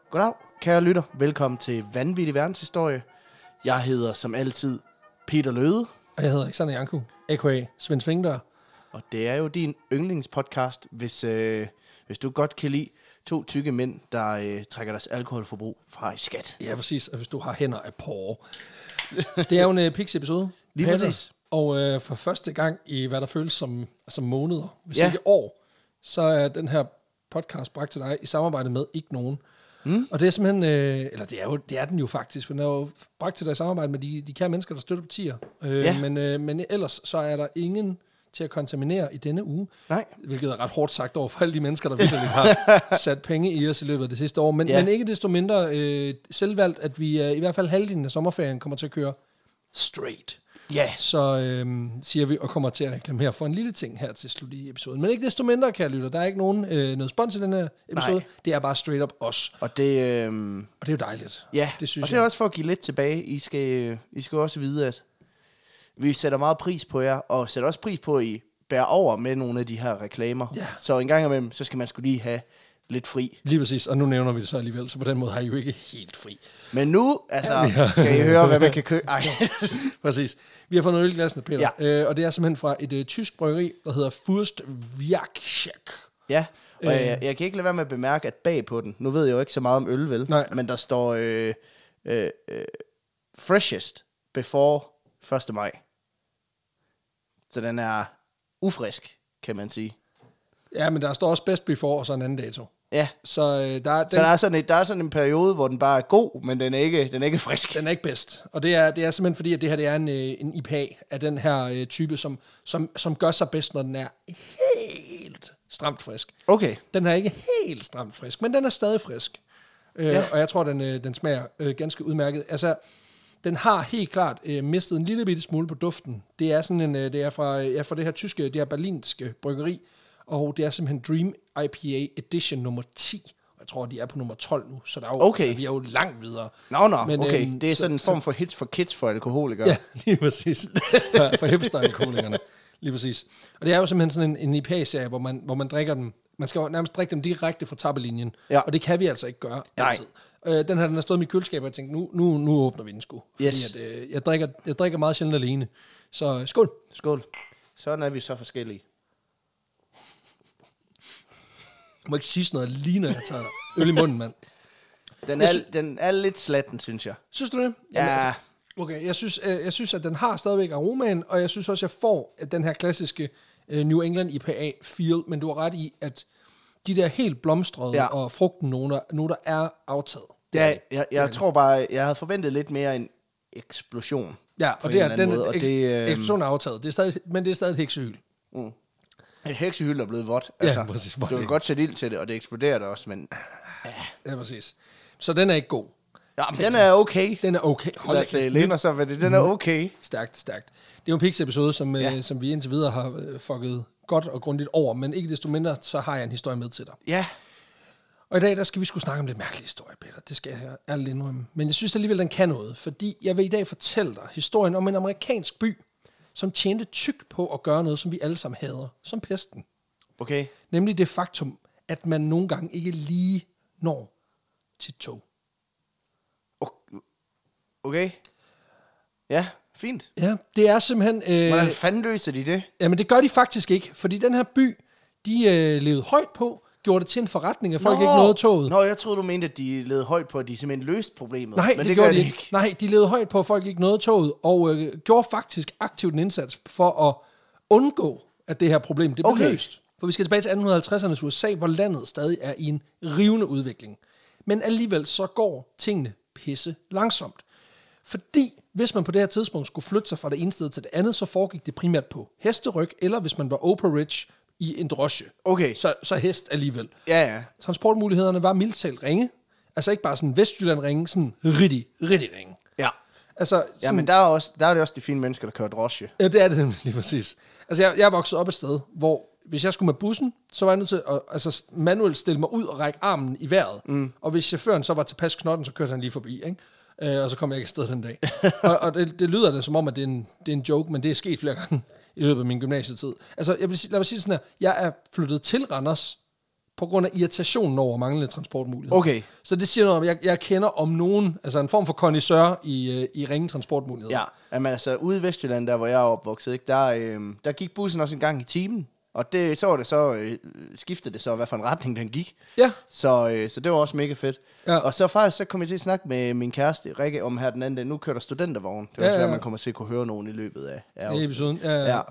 Goddag, kære lytter. Velkommen til Vanvittig Verdenshistorie. Jeg hedder som altid Peter Løde. Og jeg hedder Alexander Janku, a.k.a. Svend Svingdør. Og det er jo din yndlingspodcast, hvis du godt kan lide to tykke mænd, der trækker deres alkoholforbrug fra i skat. Ja, præcis. Og hvis du har hænder af porre. Det er jo en Pix-episode. Lige præcis. Og for første gang i, hvad der føles som måneder, hvis ikke år, så er den her podcast bragt til dig i samarbejde med ikke nogen. Og det er simpelthen, eller det er den jo faktisk, for den er jo bragt til dig i samarbejde med de kære mennesker, der støtter partier. Men ellers så er der ingen til at kontaminere i denne uge. Nej. Hvilket er ret hårdt sagt over for alle de mennesker, der virkelig har sat penge i os i løbet af det sidste år. Men ikke desto mindre selvvalgt, at vi i hvert fald halvdelen af sommerferien kommer til at køre straight. Ja. Så siger vi, og kommer til at reklamere for en lille ting her til slut i episoden. Men ikke desto mindre, kære lytter. Der er ikke nogen noget spons i den her episode. Nej. Det er bare straight up os. Og det er jo dejligt. Ja, det synes og det er også for at give lidt tilbage. I skal også vide, at vi sætter meget pris på jer, og sætter også pris på, at I bærer over med nogle af de her reklamer. Ja. Så en gang imellem, så skal man skulle lige have lidt fri. Lige præcis, og nu nævner vi det så alligevel, så på den måde har I jo ikke helt fri. Men nu, skal I høre, hvad man kan købe. Præcis. Vi har fået noget øl i glassene, Peter, og det er simpelthen fra et tysk bryggeri, der hedder Fürstwerkcheck. Ja, og jeg kan ikke lade være med at bemærke, at bag på den, nu ved jeg jo ikke så meget om øl, vel? Nej. Men der står freshest before 1. maj. Så den er ufrisk, kan man sige. Ja, men der står også best before og så en anden dato. Ja. Så der er sådan en periode, hvor den bare er god, men den er ikke frisk. Den er ikke bedst. Og det er simpelthen fordi, at det her det er en IPA af den her type, som gør sig bedst, når den er helt stramt frisk. Okay. Den er ikke helt stramt frisk, men den er stadig frisk. Og jeg tror, den smager ganske udmærket. Altså, den har helt klart mistet en lille bitte smule på duften. Det er sådan det er fra det her tyske, det her berlinske bryggeri, og det er simpelthen Dream IPA Edition nummer 10. Jeg tror, de er på nummer 12 nu, så der er jo, okay. Altså, vi er jo langt videre. Men, okay. Det er sådan en form for hits for kids for alkoholikere. Ja, lige præcis. For hipster-alkoholikerne. Lige præcis. Og det er jo simpelthen sådan en IPA-serie, hvor man drikker dem. Man skal jo nærmest drikke dem direkte fra tappelinjen. Ja. Og det kan vi altså ikke gøre altid. Den har stået i mit køleskab, og jeg tænkte, nu åbner vi den sgu. Fordi at, jeg drikker meget sjældent alene. Så skål. Skål. Sådan er vi så forskellige. Jeg må ikke sige sådan noget lige, når jeg tager øl i munden, mand. Den er lidt slatten, synes jeg. Synes du det? Ja. Jamen, altså, okay, jeg synes, at den har stadigvæk aromaen, og jeg synes også, at jeg får den her klassiske New England IPA feel, men du har ret i, at de der helt blomstrede og frugten, nogle der er aftaget. Ja, jeg tror bare, jeg havde forventet lidt mere en eksplosion. Ja, og det er den eksplosion er aftaget, men det er stadig et heksehyl. Mm. Et heksehyld er blevet vådt. Altså, ja, præcis. Du kan godt sætte ild til det, og det eksploderer det også, men... Ja, præcis. Så den er ikke god. Ja, men den er okay. Den er okay. Den er okay. Stærkt. Det er jo en Pix-episode, som vi indtil videre har fucket godt og grundigt over, men ikke desto mindre, så har jeg en historie med til dig. Ja. Og i dag, der skal vi sgu snakke om lidt mærkelig historie, Peter. Det skal jeg ærligt indrømme. Men jeg synes alligevel, den kan noget, fordi jeg vil i dag fortælle dig historien om en amerikansk by, som tjente tyk på at gøre noget, som vi alle sammen hader, som pesten. Okay. Nemlig det faktum, at man nogle gange ikke lige når til tog. Okay. Ja, fint. Ja, det er simpelthen... Hvordan fanden løser de det? Jamen, det gør de faktisk ikke, fordi den her by, de levede højt på, gjorde det til en forretning, at folk ikke nåede toget. Nå, jeg troede, du mente, at de levede højt på, at de simpelthen løste problemet. Nej, men det gjorde de ikke. Nej, de levede højt på, at folk ikke nåede toget, og gjorde faktisk aktivt en indsats for at undgå, at det her problem det blev løst. For vi skal tilbage til 1850'ernes USA, hvor landet stadig er i en rivende udvikling. Men alligevel så går tingene pisse langsomt. Fordi hvis man på det her tidspunkt skulle flytte sig fra det ene sted til det andet, så foregik det primært på hesteryg, eller hvis man var Oprah Rich i en drosje. Okay. Så hest alligevel. Ja. Transportmulighederne var mildt talt ringe. Altså ikke bare sådan Vestjylland ringe, sådan rigtig ringe. Ja. Altså, sådan, ja, men der er det også de fine mennesker, der kører drosje. Ja, det er det nemlig lige præcis. Altså jeg er vokset op et sted, hvor hvis jeg skulle med bussen, så var jeg nødt til at manuelt stille mig ud og række armen i vejret. Mm. Og hvis chaufføren så var tilpas knotten, så kørte han lige forbi, ikke? Og så kom jeg ikke afsted den dag. og det lyder det som om, at det er en joke, men det er sket flere gange i løbet af min gymnasietid. Altså, lad mig sige sådan her. Jeg er flyttet til Randers på grund af irritationen over manglende transportmuligheder. Okay. Så det siger noget om, jeg kender om nogen, altså en form for connoisseur i ringe transportmuligheder. Ja, jamen altså ude i Vestjylland, der hvor jeg er opvokset, ikke, der gik bussen også en gang i timen. Og så var det så, skiftede det så, hvad for en retning den gik. Ja. Så det var også mega fedt. Ja. Og så faktisk, så kom jeg til at snakke med min kæreste, Rikke, om her den anden dag. Nu kører der studentervogn. Det var svært, man kommer til at kunne høre nogen i løbet af episoden.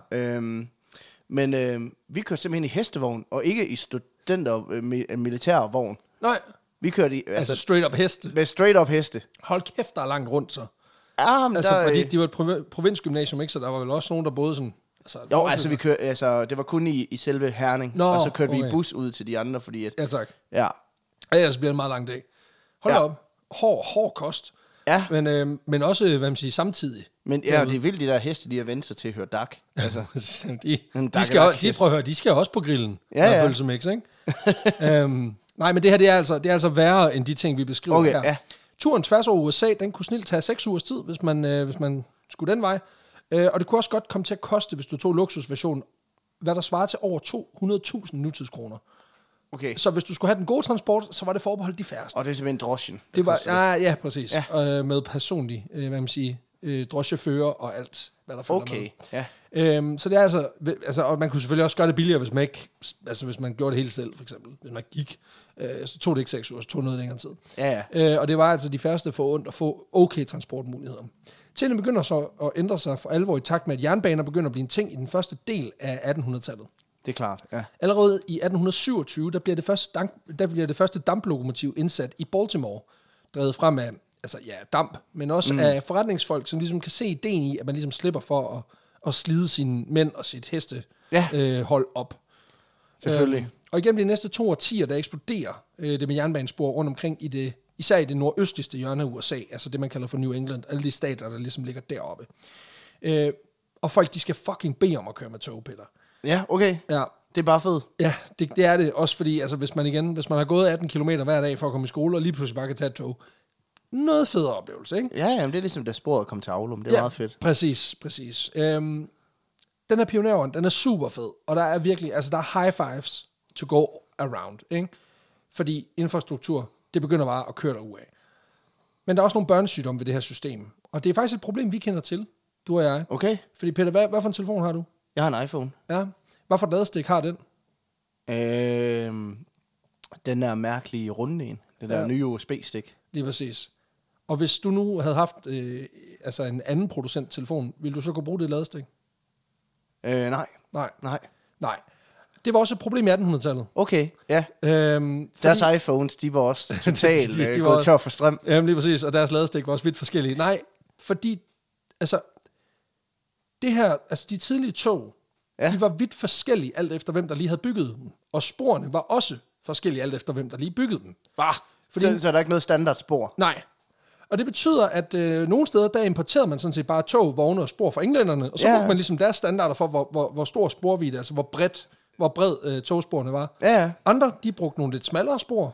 Men vi kørte simpelthen i hestevogn, og ikke i militærvogn. Nej. Vi kørte i... Altså straight up heste. Med straight up heste. Hold kæft, der er langt rundt så. Ja, men altså, fordi de var et provinsgymnasium, ikke? Så der var vel også nogen, der boede sådan... Altså, vi kørte, altså, det var kun i selve Herning, og så kørte vi i bus ud til de andre, fordi at... Ja, tak. Ja. Ellers bliver det en meget lang dag. Hold op. Hård kost. Ja. Men også, hvad man siger, samtidig. Men ja, det er vildt, de der heste, de har vendt sig til at høre dak. Altså, de prøver at høre, de skal også på grillen. Ja. Pølsemix, ikke? Nej, men det her, det er altså værre, end de ting, vi beskriver her. Ja. Turen tværs over USA, den kunne snilt tage 6 ugers tid, hvis man skulle den vej. Og det kunne også godt komme til at koste, hvis du tog luksusversionen, hvad der svarer til over 200.000 nutidskroner. Okay. Så hvis du skulle have den gode transport, så var det forbeholdt de færreste. Og det er simpelthen drosjen. Det var, ja, præcis. Ja. Med personlig, hvad man siger, drosjefører og alt, hvad der følger med. Ja. Så det er altså, og man kunne selvfølgelig også gøre det billigere, hvis man ikke, altså hvis man gjorde det hele selv, for eksempel. Hvis man gik, så tog det ikke 6 uger, så tog noget længere tid. Ja. Og det var altså de færreste for ondt at få okay transportmuligheder. Tingene begynder så at ændre sig for alvor i takt med, at jernbaner begynder at blive en ting i den første del af 1800-tallet. Det er klart, ja. Allerede i 1827, der bliver det første damplokomotiv indsat i Baltimore, drevet frem af damp, men også af forretningsfolk, som ligesom kan se ideen i, at man ligesom slipper for at slide sine mænd og sit hestehold op. Selvfølgelig. Og igennem de næste 2 årtier, der eksploderer det med jernbanespor rundt omkring især i det nordøstligste hjørne af USA, altså det, man kalder for New England, alle de stater, der ligesom ligger deroppe. Og folk, de skal fucking bede om at køre med tog, Peter. Ja, okay. Ja. Det er bare fedt. Ja, det er det. Også fordi, altså, hvis man har gået 18 km hver dag for at komme i skole, og lige pludselig bare kan tage et tog. Noget federe oplevelse, ikke? Ja, jamen, det er ligesom, da sporet kom til Aulum. Det er meget fedt. Præcis. Den her pionervogn, den er super fed. Og der er virkelig, altså der er high fives to go around, ikke? Fordi infrastruktur, det begynder bare at køre derudad. Men der er også nogle børnesygdomme ved det her system. Og det er faktisk et problem, vi kender til, du og jeg. Okay. Fordi Peter, hvad for en telefon har du? Jeg har en iPhone. Ja. Hvad for et ladestik har den? Den der mærkelige runde en. Den der nye USB-stik. Lige præcis. Og hvis du nu havde haft en anden producent telefon, ville du så kunne bruge det ladestik? Nej. Det var også et problem i 1800-tallet. Okay, ja. Deres iPhones, de var også totalt gået tør for strøm. Jamen lige præcis, og deres ladestik var også vidt forskellige. Nej, fordi, altså, det her, altså de tidlige tog, de var vidt forskellige, alt efter hvem der lige havde bygget dem. Og sporene var også forskellige, alt efter hvem der lige byggede dem. Fordi, så er der ikke noget standardspor? Nej. Og det betyder, at nogle steder, der importerede man sådan set bare tog, vogne og spor fra englænderne, og så brugte man ligesom deres standarder for, hvor stor sporvidde, altså hvor bred togsporene var. Ja. Andre, de brugte nogle lidt smallere spor,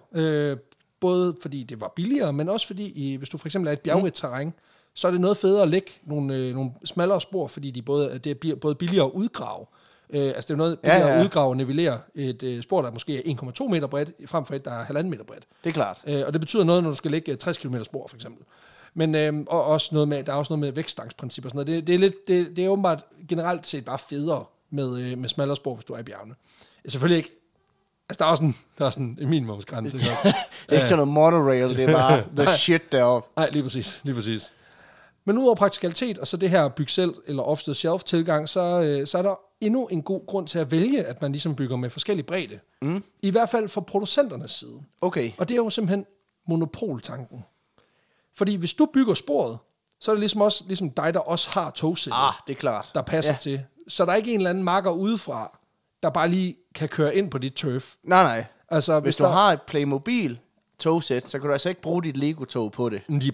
både fordi det var billigere, men også fordi, hvis du for eksempel er et bjergrigt terræn, så er det noget federe at lægge nogle smallere spor, fordi det er både billigere at udgrave. Altså det er noget billigere at udgrave og nivellere et spor, der måske er 1,2 meter bredt, frem for et, der er 1,5 meter bredt. Det er klart. Og det betyder noget, når du skal lægge 60 km spor, for eksempel. Men og også noget med, der er også noget med vækststangsprincip og sådan noget. Det er åbenbart generelt set bare federe med smallere spor, hvis du er i bjergene. Selvfølgelig ikke. Altså, der er sådan en minimumsgrænse. Det er ikke sådan noget monorail, det er bare the shit deroppe. Nej, lige præcis. Men udover praktikalitet, og så det her byg selv, eller off-the-shelf-tilgang, så er der endnu en god grund til at vælge, at man ligesom bygger med forskellig bredde. I hvert fald fra producenternes side. Okay. Og det er jo simpelthen monopoltanken. Fordi hvis du bygger sporet, så er det ligesom dig, der også har togsættet. Det er klart. Der passer til. Så der er ikke en eller anden marker udefra, der bare lige kan køre ind på dit turf. Nej. Altså, hvis du har et Playmobil togsæt, så kan du altså ikke bruge dit Lego-tog på det. Lige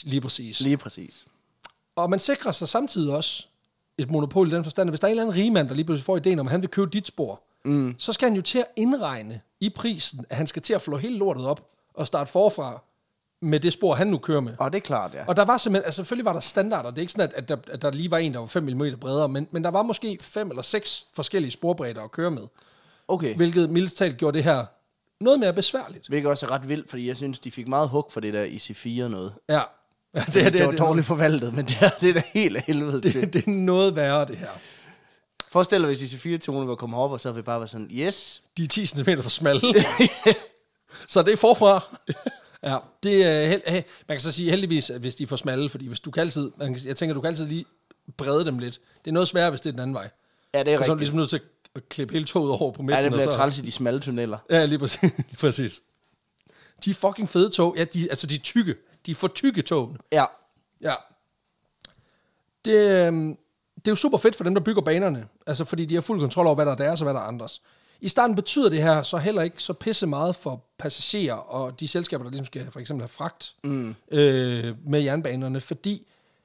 præcis. Og man sikrer sig samtidig også et monopol i den forstand, at hvis der er en eller anden rigmand, der lige pludselig får ideen om, at han vil købe dit spor, så skal han jo til at indregne i prisen, at han skal til at flå hele lortet op og starte forfra med det spor, han nu kører med. Det er klart, ja. Og der var simpelthen, altså selvfølgelig var der standarder, det er ikke sådan, at der lige var en, der var 5 mm bredere, men der var måske 5 eller 6 forskellige sporbredder at køre med. Okay. Hvilket mildest talt gjorde det her noget mere besværligt. Hvilket også er ret vildt, fordi jeg synes, de fik meget hug for det der IC4 noget. Ja. Det var dårligt forvaltet, men det er da helt af helvede til. Det er noget værre, det her. Forestil dig, hvis IC4-tonen var kommet op, og så ville vi bare være sådan, yes. De er 10 cm for smalle. Så det er forfra. Ja, det er man kan så sige heldigvis, at hvis de er for smalle, fordi hvis du kan altid, jeg tænker, du kan altid lige brede dem lidt. Det er noget sværere, hvis det er den anden vej. Ja, det er rigtigt. Så er du ligesom nødt til at klippe hele toget over på midten. Ja, det bliver træls i de smalle tunneller. Ja, lige præcis. De er fucking fede tog. Ja, de er tykke. De er for tykke togene. Ja. Ja. Det er jo super fedt for dem, der bygger banerne. Altså, fordi de har fuld kontrol over, hvad der er deres og hvad der er andres. I starten betyder det her så heller ikke så pisse meget for passagerer og de selskaber, der ligesom skal for eksempel have fragt med jernbanerne, fordi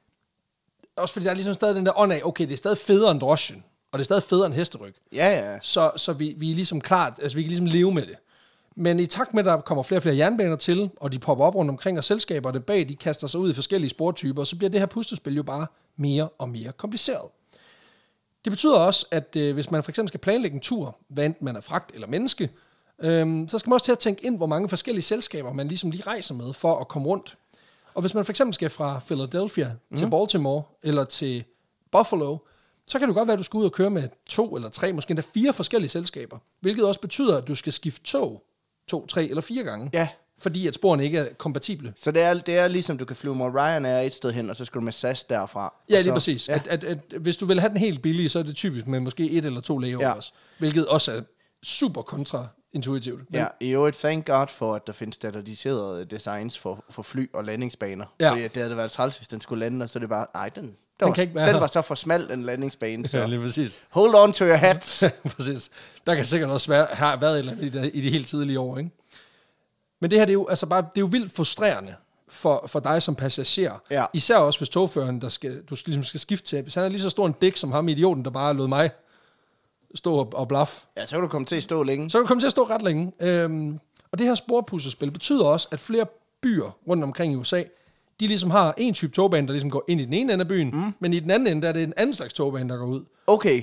der er ligesom stadig den der ånd af, okay, det er stadig federe end drosjen, og det er stadig federe end hesteryg. Ja. Så vi er ligesom klart, altså vi kan ligesom leve med det. Men i takt med, at der kommer flere og flere jernbaner til, og de popper op rundt omkring, og selskaberne bag, de kaster sig ud i forskellige sportyper, så bliver det her puslespil jo bare mere og mere kompliceret. Det betyder også, at hvis man for eksempel skal planlægge en tur, hvad enten man er fragt eller menneske, så skal man også til at tænke ind, hvor mange forskellige selskaber man ligesom lige rejser med for at komme rundt. Og hvis man for eksempel skal fra Philadelphia til Baltimore eller til Buffalo, så kan det godt være, at du skal ud og køre med 2 eller 3, måske endda 4 forskellige selskaber, hvilket også betyder, at du skal skifte tog 2, 3 eller 4 gange. Ja. Fordi at sporene ikke er kompatible. Så det er ligesom, du kan flyve med Ryanair et sted hen, og så skal du med SAS derfra. Ja, lige præcis. Ja. At hvis du vil have den helt billige, så er det typisk med måske 1 eller 2 layovers. Ja. Hvilket også er super kontraintuitivt. Ja, i øvrigt, thank God for, at der findes standardiserede designs for fly og landingsbaner. Ja. Fordi det havde været træls, hvis den skulle lande, og så er det bare, nej, den var så for smal, den landingsbane. Så ja, lige præcis. Hold on to your hats. Præcis. Der kan sikkert også have været et eller andet i de helt tidlige år, ikke? Men det her, det er jo, altså bare, det er jo vildt frustrerende for dig som passager. Ja. Især også, hvis togføreren, du ligesom skal skifte til, hvis han er lige så stor en dæk som ham, idioten, der bare lod mig stå og blaf. Ja, så kan du komme til at stå længe. Så kan du komme til at stå ret længe. Og det her sporpuslespil betyder også, at flere byer rundt omkring i USA, de ligesom har en type togbane, der ligesom går ind i den ene ende af byen, men i den anden ende, der er det en anden slags togbane, der går ud. Okay.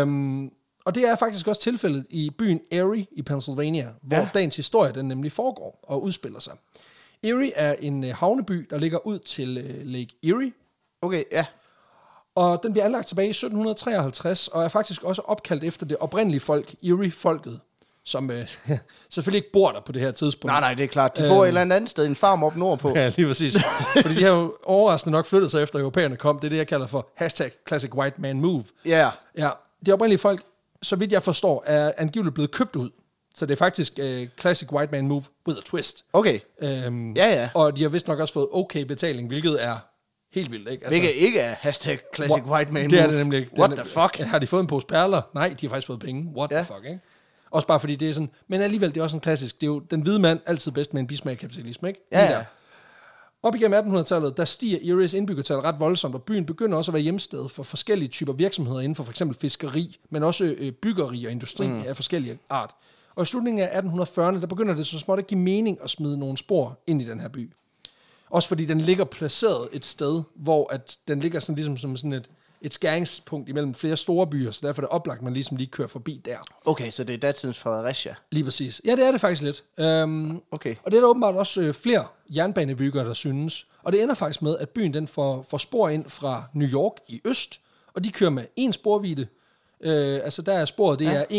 Og det er faktisk også tilfældet i byen Erie i Pennsylvania, hvor dagens historie den nemlig foregår og udspiller sig. Erie er en havneby, der ligger ud til Lake Erie. Okay, ja. Og den bliver anlagt tilbage i 1753, og er faktisk også opkaldt efter det oprindelige folk, Erie-folket, som selvfølgelig ikke bor der på det her tidspunkt. Nej, det er klart. De bor et eller andet sted, en farm op nordpå. Ja, lige præcis. Fordi de har jo overraskende nok flyttet sig efter europæerne kom. Det er det, jeg kalder for #ClassicWhiteManMove. Ja. Ja, de oprindelige folk, så vidt jeg forstår, er angiveligt blevet købt ud. Så det er faktisk Classic White Man Move with a twist. Okay. Ja. Og de har vist nok også fået okay betaling, hvilket er helt vildt, ikke? Altså, hvilket ikke er #Classic White Man Move. Det er det nemlig ikke. What the fuck? Har de fået en pose perler? Nej, de har faktisk fået penge. What the fuck, ikke? Også bare fordi det er sådan, men alligevel, det er også en klassisk, det er jo den hvide mand altid bedst med en bismag kapitalisme, ikke? Ja. Op igennem 1800-tallet, der stiger Eries indbyggertal ret voldsomt, og byen begynder også at være hjemsted for forskellige typer virksomheder inden for eksempel fiskeri, men også byggeri og industri af forskellige art. Og i slutningen af 1840'erne, der begynder det så småt at give mening at smide nogle spor ind i den her by. Også fordi den ligger placeret et sted, hvor at den ligger sådan ligesom som sådan et skæringspunkt imellem flere store byer, så derfor er det oplagt, at man ligesom lige kører forbi der. Okay, så det er datidens Fredericia. Lige præcis. Ja, det er det faktisk lidt. Okay. Og det er der åbenbart også flere jernbanebyggere, der synes. Og det ender faktisk med, at byen den får spor ind fra New York i øst, og de kører med en sporvidde. Altså der er sporet, det er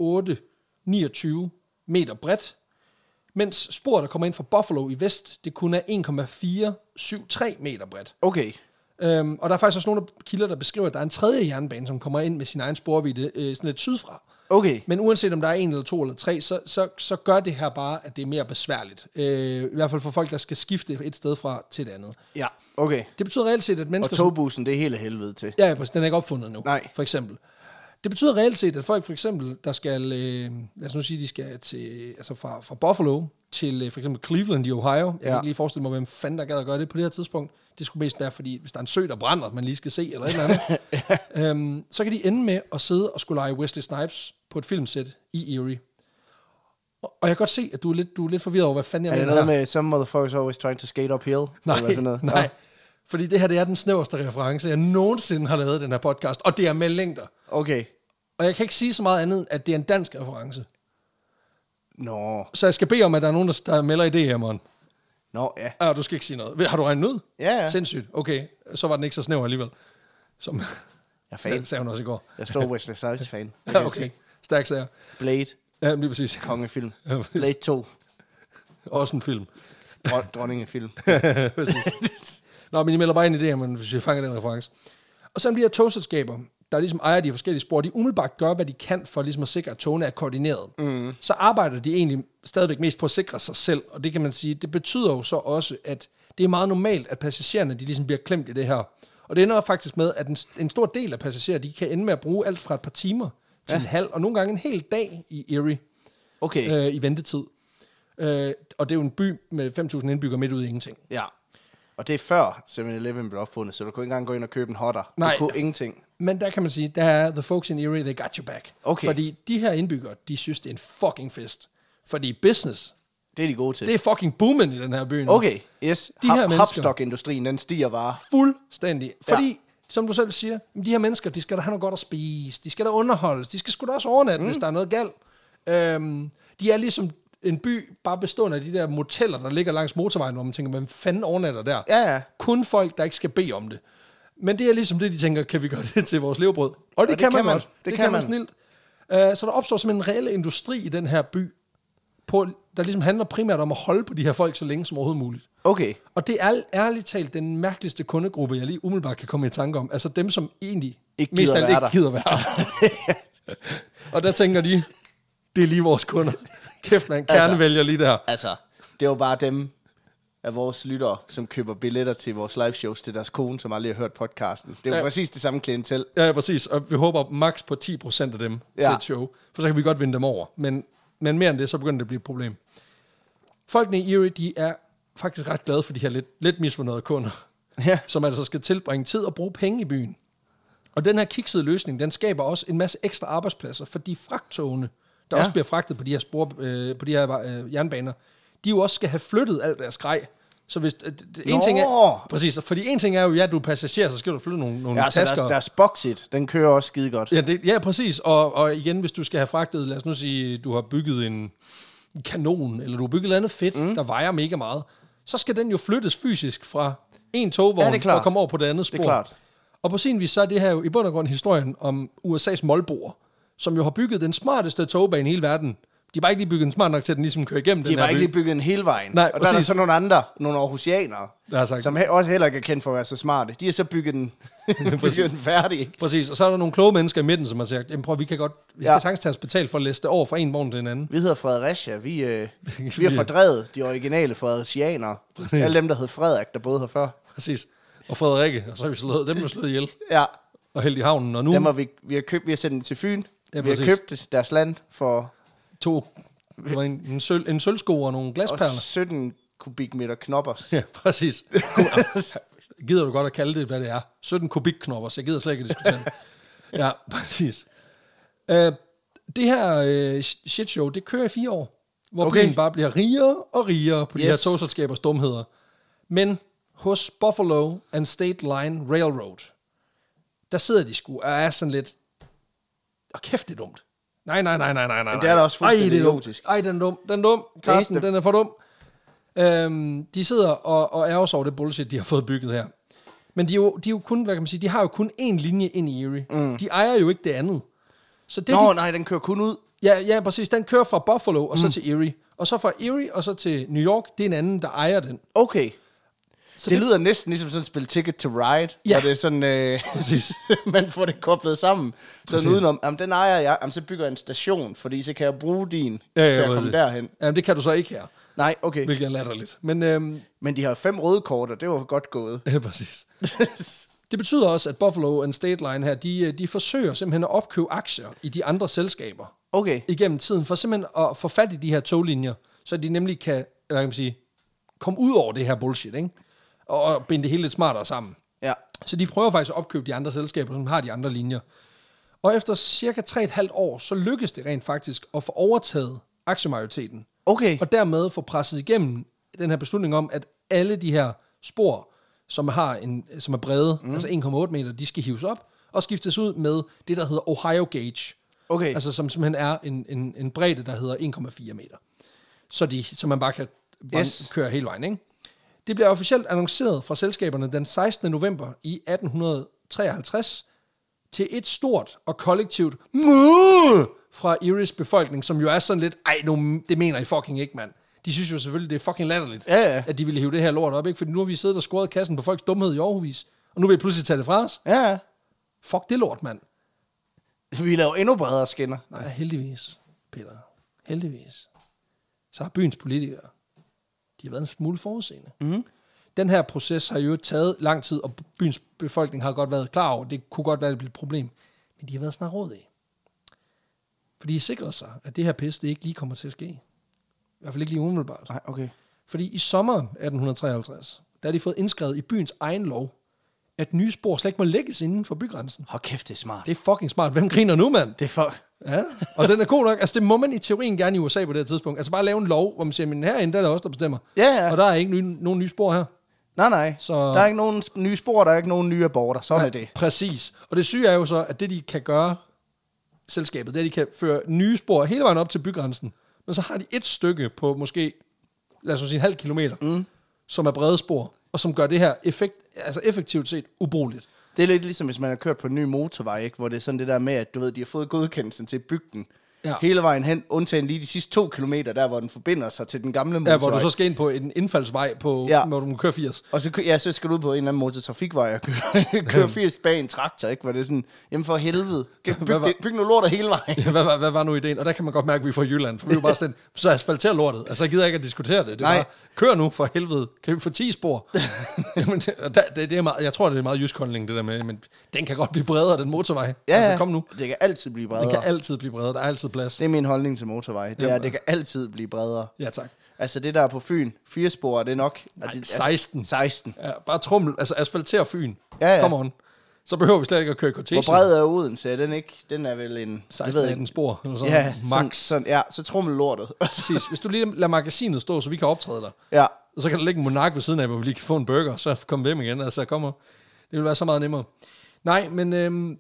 1,829 meter bredt, mens sporet, der kommer ind fra Buffalo i vest, det kun er 1,473 meter bredt. Okay. Og der er faktisk også nogle kilder, der beskriver, at der er en tredje jernbane, som kommer ind med sin egen sporvidde sådan lidt sydfra. Okay. Men uanset om der er 1 eller 2 eller 3, så gør det her bare, at det er mere besværligt. I hvert fald for folk, der skal skifte et sted fra til et andet. Ja, okay. Det betyder reelt set, at mennesker... Og togbussen, det er helt af helvede til. Ja, præcis. Den er ikke opfundet nu, Nej. for eksempel. Det betyder reelt set, at folk for eksempel, der skal... lad os nu sige, de skal til, altså fra Buffalo til for eksempel Cleveland i Ohio. Jeg kan ikke lige forestille mig, hvem fanden der gad at gøre det på det her tidspunkt. Det skulle mest være, fordi hvis der er en sø, der brænder, man lige skal se, eller et eller andet. Så kan de ende med at sidde og skulle lege Wesley Snipes på et filmsæt i Erie. Og jeg kan godt se, at du er lidt forvirret over, hvad fanden jeg mener her. Er det noget med, some motherfuckers always trying to skate uphill? Nej. Fordi det her, det er den snæverste reference, jeg nogensinde har lavet i den her podcast, og det er med længder. Okay. Og jeg kan ikke sige så meget andet, at det er en dansk reference. Nå. Så jeg skal bede om, at der er nogen, der melder idéer, Mon. Nå, ja. Du skal ikke sige noget. Har du regnet ud? Ja. Sindssygt. Okay, så var den ikke så snæver alligevel. Som Jeg er fan. sagde hun også i går. Jeg er stor Wesley Snipes-fan. Ja, okay. Stærk sager. Blade. Ja, lige præcis. Kongefilm. Ja, præcis. Blade 2. Også en film. Dronningefilm. Præcis. Nå, men I melder bare ind i det, men hvis jeg fanger den reference. Og så bliver togselskaber, der ligesom ejer de forskellige spor, de umiddelbart gør, hvad de kan for ligesom at sikre, at togene er koordineret. Mm. Så arbejder de egentlig stadigvæk mest på at sikre sig selv, og det kan man sige, det betyder jo så også, at det er meget normalt, at passagererne de ligesom bliver klemt i det her. Og det ender faktisk med, at en stor del af passagerer, de kan ende med at bruge alt fra et par timer til en halv, og nogle gange en hel dag i Erie i ventetid. Og det er jo en by med 5.000 indbyggere midt ude i ingenting. Ja. Og det er før 7-Eleven blev opfundet, så du kunne ikke engang gå ind og købe en hotter. Nej. Du kunne ingenting. Men der kan man sige, der er the folks in Erie, they got your back. Okay. Fordi de her indbyggere, de synes, det er en fucking fest. Fordi business, Det er de gode til. det er fucking booming i den her by nu. Okay, yes. De her mennesker- Hopstock-industrien, den stiger bare. Fuldstændig. Fordi, som du selv siger, de her mennesker, de skal da have noget godt at spise. De skal da underholdes. De skal sgu da også overnatte, hvis der er noget galt. De er ligesom en by, bare bestående af de der moteller, der ligger langs motorvejen, hvor man tænker, hvem fanden overnatter der? Ja. Kun folk, der ikke skal bede om det. Men det er ligesom det, de tænker, kan vi gøre det til vores levebrød? Og det kan man godt. Det kan man snilt. Så der opstår simpelthen en reel industri i den her by, der ligesom handler primært om at holde på de her folk så længe som overhovedet muligt. Okay. Og det er ærligt talt den mærkeligste kundegruppe, jeg lige umiddelbart kan komme i tanke om. Altså dem, som egentlig Ikke mest gider af alt være ikke gider være der. Og der tænker de, det er lige vores kunder. Kæft, man kernevælger lige der. Altså, det var bare dem af vores lyttere, som køber billetter til vores live shows til deres kone, som aldrig har hørt podcasten. Det er jo præcis det samme klientel. Ja, præcis. Og vi håber max på 10% af dem til et show. For så kan vi godt vinde dem over. Men mere end det, så begynder det at blive et problem. Folkene i Erie, de er faktisk ret glade for de her lidt misfornøjede kunder. Ja. Som altså skal tilbringe tid og bruge penge i byen. Og den her kiksede løsning, den skaber også en masse ekstra arbejdspladser, fordi fragttogene, der også bliver fragtet på de her på de her jernbaner, de jo også skal have flyttet alt deres grej. Så hvis en ting er præcis, fordi en ting er jo, du er passager, så skal du flytte nogle tasker. Deres Boxit, den kører også skide godt. Ja, præcis. Og igen, hvis du skal have fragtet, lad os nu sige, du har bygget en kanon, eller du har bygget noget andet fedt, der vejer mega meget, så skal den jo flyttes fysisk fra en togvogn for at komme over på det andet spor. Det er klart. Og på sin vis, så er det her jo i bund og grund historien om USA's målboer, som jo har bygget den smarteste togbane i hele verden. De har bare ikke lige bygget den smart nok til, at den ligesom kører igennem den her by. De har ikke lige bygget en hele vejen. Nej, og der er der så nogle andre, nogle aarhusianere, som også heller ikke er kendt for at være så smarte. De har så bygget den, bygget den færdig. Ikke? Præcis, og så er der nogle kloge mennesker i midten, som har sagt, jamen prøv, vi kan sagtens tage os betalt for at læse det over fra en vogn til en anden. Vi hedder Fredericia. Vi har fordrevet de originale frederiциanere. Alle dem, der hed Frederik, der boede her før. Præcis. Og Frederikke, og så har vi slået ihjel. Ja. Og hældt i havnen, og nu... Dem har vi har sendt dem til Fyn. Ja, vi har købt deres land for... En sølvsko og nogle glasperler. Og 17 kubikmeter knoppers. Ja, præcis. Gider du godt at kalde det, hvad det er? 17 kubikknoppers. Jeg gider slet ikke at diskutere det. Ja, præcis. Det her shitshow, det kører i 4 år. Hvor byen bare bliver rigere og rigere på de her togselskabers dumheder. Men hos Buffalo and State Line Railroad, der sidder de sgu og er sådan lidt... Og kæft, det er dumt. Nej. Men det er da også fuldstændig idiotisk. Ej, den er dum. Carsten, den er for dum. De sidder og ærger sig over det bullshit, de har fået bygget her. Men de er jo kun, hvad kan man sige, de har jo kun én linje ind i Erie. De ejer jo ikke det andet. Så det, nej, den kører kun ud. Ja, præcis. Den kører fra Buffalo og så til Erie. Og så fra Erie og så til New York, det er en anden, der ejer den. Okay. Så det lyder næsten ligesom sådan et spil Ticket to Ride, hvor det er sådan, præcis. man får det koblet sammen. Sådan udenom, den ejer jeg, så bygger jeg en station, fordi så kan jeg bruge din til at komme derhen. Jamen det kan du så ikke her. Nej, okay. Hvilket er latterligt. Men de har 5 røde kort, og det var godt gået. Ja, præcis. Det betyder også, at Buffalo and State Line her, de forsøger simpelthen at opkøbe aktier i de andre selskaber. Okay. Igennem tiden, for simpelthen at få fat i de her toglinjer, så de nemlig kan man sige, komme ud over det her bullshit, ikke? Og binde det hele lidt smartere sammen. Ja. Så de prøver faktisk at opkøbe de andre selskaber, som har de andre linjer. Og efter cirka 3,5 år, så lykkes det rent faktisk at få overtaget aktiemajoriteten. Okay. Og dermed få presset igennem den her beslutning om, at alle de her spor, som er brede, altså 1,8 meter, de skal hives op og skiftes ud med det, der hedder Ohio Gauge. Okay. Altså som simpelthen er en bredde, der hedder 1,4 meter. så man bare kan køre hele vejen, ikke? Det bliver officielt annonceret fra selskaberne den 16. november i 1853 til et stort og kollektivt fra Eries befolkning, som jo er sådan lidt, det mener I fucking ikke, mand. De synes jo selvfølgelig, det er fucking latterligt, at de ville hive det her lort op, ikke? Fordi nu har vi siddet og scoret kassen på folks dumhed i Aarhus, og nu vil I pludselig tage det fra os. Ja. Fuck det lort, mand. Vi laver endnu bredere skinner. Nej, heldigvis, Peter. Heldigvis. Så har byens politikere, de har været en smule forudseende. Mm. Den her proces har jo taget lang tid, og byens befolkning har godt været klar over, det kunne godt være, det blev et problem. Men de har været snart råd i. For de sikrer sig, at det her pis, det ikke lige kommer til at ske. I hvert fald ikke lige umiddelbart. Nej, okay. Fordi i sommeren 1853, der har de fået indskrevet i byens egen lov, at nye spor slet ikke må lægges inden for bygrænsen. Hold kæft, det er smart. Det er fucking smart. Hvem griner nu, mand? Det er for... Ja, og den er god nok. Altså, det må man i teorien gerne i USA på det her tidspunkt. Altså, bare lave en lov, hvor man siger, men herinde, der er der også, der bestemmer. Ja. Og der er ikke nogen nye spor her. Nej. Så... Der er ikke nogen nye spor, der er ikke nogen nye aborter. Sådan er det. Præcis. Og det syge er jo så, at det, de kan gøre, selskabet, det er, at de kan føre nye spor hele vejen op til bygrænsen. Men så har de et stykke på måske, lad os sige, en halv kilometer, som er brede spor, og som gør det her effektivt set ubrugeligt. Det er lidt ligesom, hvis man har kørt på en ny motorvej, ikke? Hvor det er sådan det der med, at du ved, de har fået godkendelsen til bygden hele vejen hen, undtagen lige de sidste 2 kilometer, der hvor den forbinder sig til den gamle motorvej. Ja, hvor du så skal ind på en indfaldsvej, hvor du må køre 80. Og så skal du ud på en eller anden motortrafikvej og køre 80 bag en traktor, ikke? Hvor det er sådan, jamen for helvede, byg nu lortet hele vejen. Ja, hvad var nu ideen? Og der kan man godt mærke, at vi er fra Jylland, for vi er jo bare sådan, så asfalter lortet. Altså, jeg gider ikke at diskutere det. Det er bare, kør nu for helvede. Kan vi få 10 spor? Jamen, det er meget, jeg tror, det er meget jysk holdning, det der med, men den kan godt blive bredere, den motorvej. Ja, altså, kom nu. Det kan altid blive bredere. Det kan altid blive bredere, der er altid plads. Det er min holdning til motorvej. Det kan altid blive bredere. Ja, tak. Altså det der på Fyn, 4 spor, det er nok... Nej, 16. 16. Ja, bare trummel, altså asfalter Fyn. Ja. Come on. Så behøver vi slet ikke at køre kortege. Hvor bred er Odense? Den ikke? Den er vel en... 16-18 spor, eller sådan. Ja, max. Så trummel lortet. Præcis. Hvis du lige lader magasinet stå, så vi kan optræde der. Ja. Og så kan der ligge en monark ved siden af, hvor vi lige kan få en burger, så kommer vi hjem igen. Altså, kommer. Det vil være så meget nemmere. Nej, men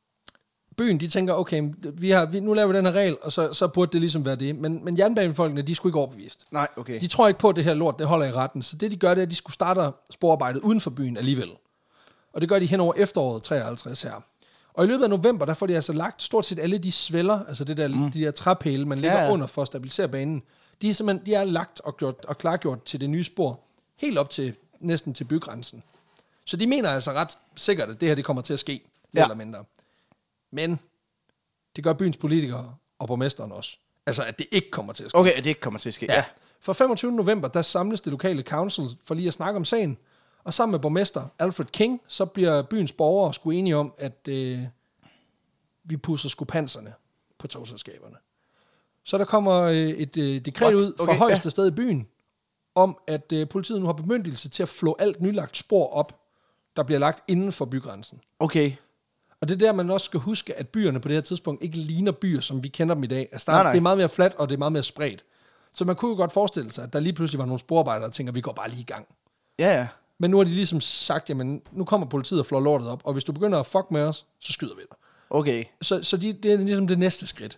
byen, de tænker, okay, nu laver vi den her regel, og så burde det ligesom være det. Men jernbanefolkene, de skulle ikke overbevist. Nej, okay. De tror ikke på, at det her lort, det holder i retten. Så det, de gør, det er, at de skulle starte sporarbejdet uden for byen alligevel. Og det gør de hen over efteråret 53 her. Og i løbet af november, der får de altså lagt stort set alle de svælder, altså de der træpæle, man lægger under for at stabilisere banen. De er lagt og klargjort til det nye spor, helt op til næsten til bygrænsen. Så de mener altså ret sikkert, at det her det kommer til at ske, eller mindre. Men det gør byens politikere og borgmesteren også. Altså, at det ikke kommer til at ske. Okay, at det ikke kommer til at ske, ja. For 25. november, der samles det lokale council for lige at snakke om sagen. Og sammen med borgmester Alfred King, så bliver byens borgere sgu enige om, at vi pusser sgu panserne på togselskaberne. Så der kommer et dekret ud fra højeste sted i byen, om at politiet nu har bemyndigelse til at flå alt nylagt spor op, der bliver lagt inden for bygrænsen. Okay. Og det er der, man også skal huske, at byerne på det her tidspunkt ikke ligner byer, som vi kender dem i dag. Altså, det er meget mere fladt, og det er meget mere spredt. Så man kunne jo godt forestille sig, at der lige pludselig var nogle sporarbejdere, der tænker, vi går bare lige i gang. Ja. Men nu har de ligesom sagt, jamen, nu kommer politiet og flår lortet op, og hvis du begynder at fuck med os, så skyder vi dig. Okay. Så det er ligesom det næste skridt.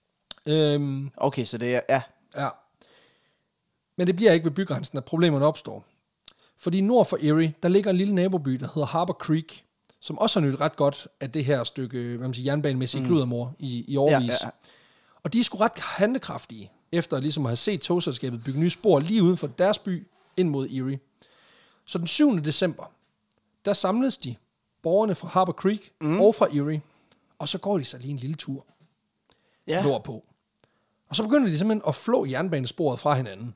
Okay, så det er... Ja. Men det bliver ikke ved bygrænsen, at problemerne opstår. Fordi nord for Erie, der ligger en lille naboby, der hedder Harbor Creek, som også har nyt ret godt af det her stykke jernbanemæssige kludermor i årevis. Ja. Og de er sgu ret handlekraftige, efter ligesom at have set togselskabet bygge nye spor lige uden for deres by ind mod Erie. Så den 7. december, der samles de, borgerne fra Harbor Creek og fra Erie, og så går de sig lige en lille tur nordpå. Og så begynder de simpelthen at flå jernbanesporet fra hinanden.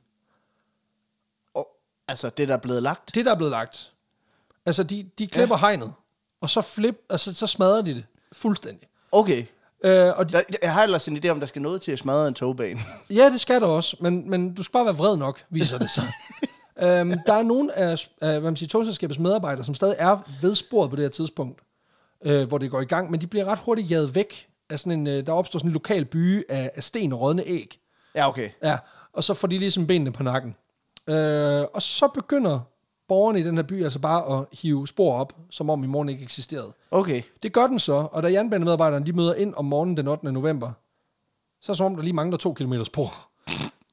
Altså det, der er blevet lagt? Det, der er blevet lagt. Altså de klipper hegnet, og så smadrer de det fuldstændig. Okay. Jeg har ellers en idé om, der skal noget til at smadre en togbane. Ja, det skal der også, men du skal bare være vred nok, viser det sig. Der er nogle af togselskabets medarbejdere, som stadig er ved sporet på det her tidspunkt, hvor det går i gang, men de bliver ret hurtigt jaget væk af sådan en, der opstår sådan en lokal by af sten og rådne æg. Ja, okay. Ja, og så får de ligesom benene på nakken. Og så begynder borgerne i den her by altså bare at hive spor op, som om i morgen ikke eksisterede. Okay. Det gør den så, og da jernbanemedarbejderne de møder ind om morgenen den 8. november, så er det som om, der lige mangler 2 kilometer spor.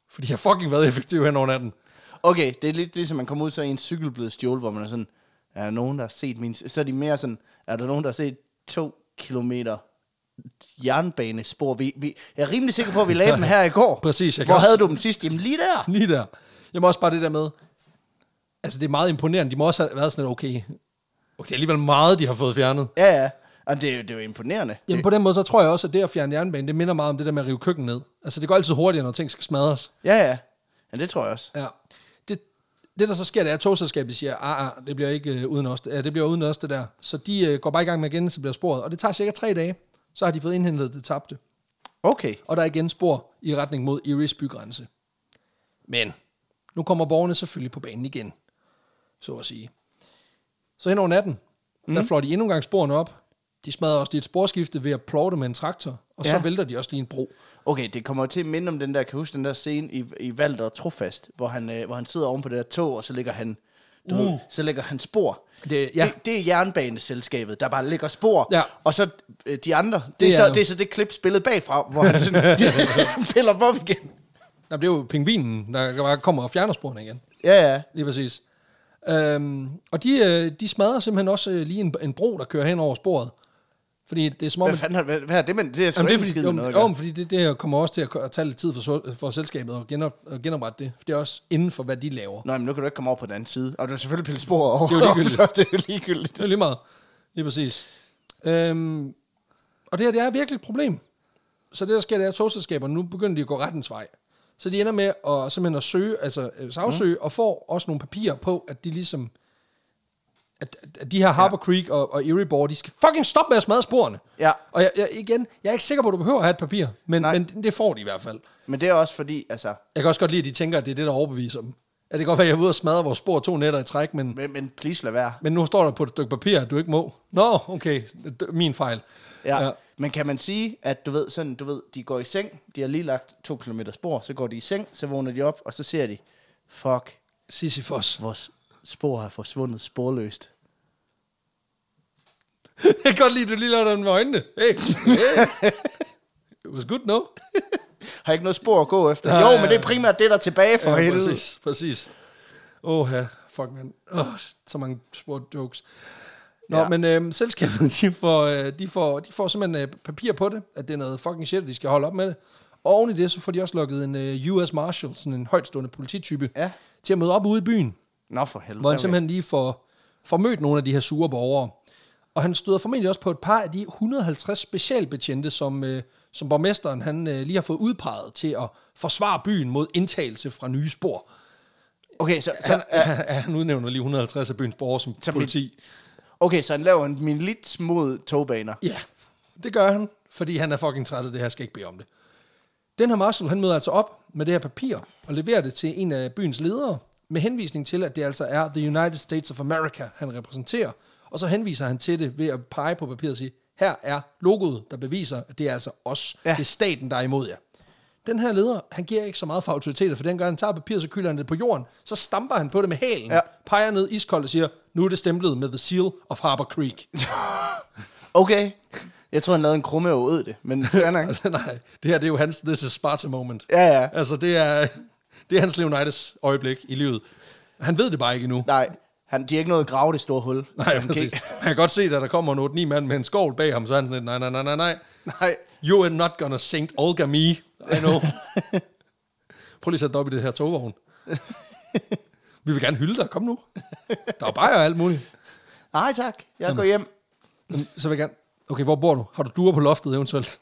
For de har fucking været effektive hen over natten. Okay, det er lidt ligesom man kommer ud, så er en cykel blevet stjålet, hvor man er sådan, er der nogen, der har set min... Så er de mere sådan, er der nogen, der har set 2 kilometer jernbanespor? Jeg er rimelig sikker på, at vi lagde dem her i går. Præcis. Hvor havde du dem sidst? Jamen lige der. Lige der. Jeg må også bare det der med, altså det er meget imponerende. De må også have været sådan lidt, okay, det er alligevel meget, de har fået fjernet. Ja. Og det er jo imponerende. Jamen på den måde, så tror jeg også, at det at fjerne jernbanen, det minder meget om det der med at rive køkken ned. Altså det går altid hurtigere, når ting skal smadres. Ja, det tror jeg også. Ja. Det der så sker, det er, at togselskabet siger, det bliver ikke uden os. Ja, det bliver uden os, det der. Så de går bare i gang med igen, så bliver sporet. Og det tager cirka 3 dage. Så har de fået indhentet det tabte. Okay. Og der er igen spor i retning mod Eries bygrænse. Men nu kommer borgerne selvfølgelig på banen igen, så at sige. Så hen over natten, der flår de endnu en gang sporene op. De smadrer også lige et sporskifte ved at plotte med en traktor, og så vælter de også lige en bro. Okay, det kommer til at minde om den der, kan huske den der scene i Walter og Trofast, hvor han sidder oven på det der tog, og så ligger han, så lægger han spor. Det er jernbaneselskabet, der bare lægger spor, og så de andre, det er så det klip spillet bagfra, hvor han sådan, piller dem op igen. Det er jo pingvinen, der bare kommer og fjerner sporene igen. Ja. Lige præcis. Og de smadrer simpelthen også lige en bro, der kører hen over sporet. Fordi det er som om... Hvad er det med? Det er sgu ikke skidt med noget. Jo, fordi det kommer også til at tage lidt tid for selskabet at genoprette det. For det er også inden for, hvad de laver. Nej, men nu kan du ikke komme over på den anden side. Og du har selvfølgelig pillet sporet over. Det er jo ligegyldigt. Så det er jo ligegyldigt. Det er lige meget. Lige præcis. Og det er virkelig et problem. Så det, der sker, det er, at togselskaberne nu begynder de at gå rettens vej. Så de ender med at simpelthen at søge, altså sagsøge, og får også nogle papirer på, at de ligesom... At de her Harbor Creek og Erie, de skal fucking stoppe med at smadre sporene. Ja. Og jeg er ikke sikker på, at du behøver at have et papir, men det får de i hvert fald. Men det er også fordi, altså... Jeg kan også godt lide, at de tænker, at det er det, der overbeviser dem. At det kan godt være, at jeg er ude og smadre vores spor 2 nætter i træk, men please lad være. Men nu står der på et stykke papir, at du ikke må. Nå, okay, min fejl. Ja. Men kan man sige, at du ved, de går i seng, de har lige lagt 2 kilometer spor, så går de i seng, så vågner de op, og så ser de, fuck, Sisyfos. Vores spor har forsvundet sporløst. Jeg kan godt lide, at du lige lader den med øjnene. Hey. It was good, no? Har ikke noget spor at gå efter. Jo, men det er primært det, der er tilbage for helvede. Præcis. Fuck man. Så mange sport jokes. Nå, men selskabet, de får simpelthen papir på det, at det er noget fucking shit, de skal holde op med det. Og oven i det, så får de også lukket en US Marshal, sådan en højtstående polititype, til at møde op ude i byen. Nå for helvede. Hvor han simpelthen lige får mødt nogle af de her sure borgere. Og han støder formentlig også på et par af de 150 specialbetjente, som borgmesteren han lige har fået udpeget til at forsvare byen mod indtagelse fra nye spor. Okay, så han udnævner lige 150 af byens borgere som politi. Okay, så han laver en milits mod togbaner. Ja, det gør han, fordi han er fucking træt af det her, skal ikke bede om det. Den her marshal, han møder altså op med det her papir og leverer det til en af byens ledere, med henvisning til, at det altså er The United States of America, han repræsenterer. Og så henviser han til det ved at pege på papiret og sige, her er logoet, der beviser, at det er altså os. Ja. Det er staten, der er imod jer. Den her leder, han giver ikke så meget for autoriteter, for den gør, han tager papiret, så kylder han det på jorden, så stamper han på det med hælen, peger ned iskoldt og siger, nu er det stemplet med The Seal of Harbor Creek. Okay. Jeg tror, han lavede en krumme og ud det, men nej, det her det er jo hans This is Sparta moment. Ja. Altså, det er hans Leonidas øjeblik i livet. Han ved det bare ikke endnu. Nej. De har ikke noget at grave det store hul. Nej, præcis. Man kan godt se, at der kommer en 8-9 mand med en skovl bag ham, så er han sådan lidt, nej. You are not gonna sink Olga me. I know. Prøv lige at sætte dig op i det her togvogn. Vi vil gerne hylde dig. Kom nu. Der er bare alt muligt. Nej tak, jeg går hjem. Så vil jeg gerne... Okay, hvor bor du? Har du duer på loftet eventuelt?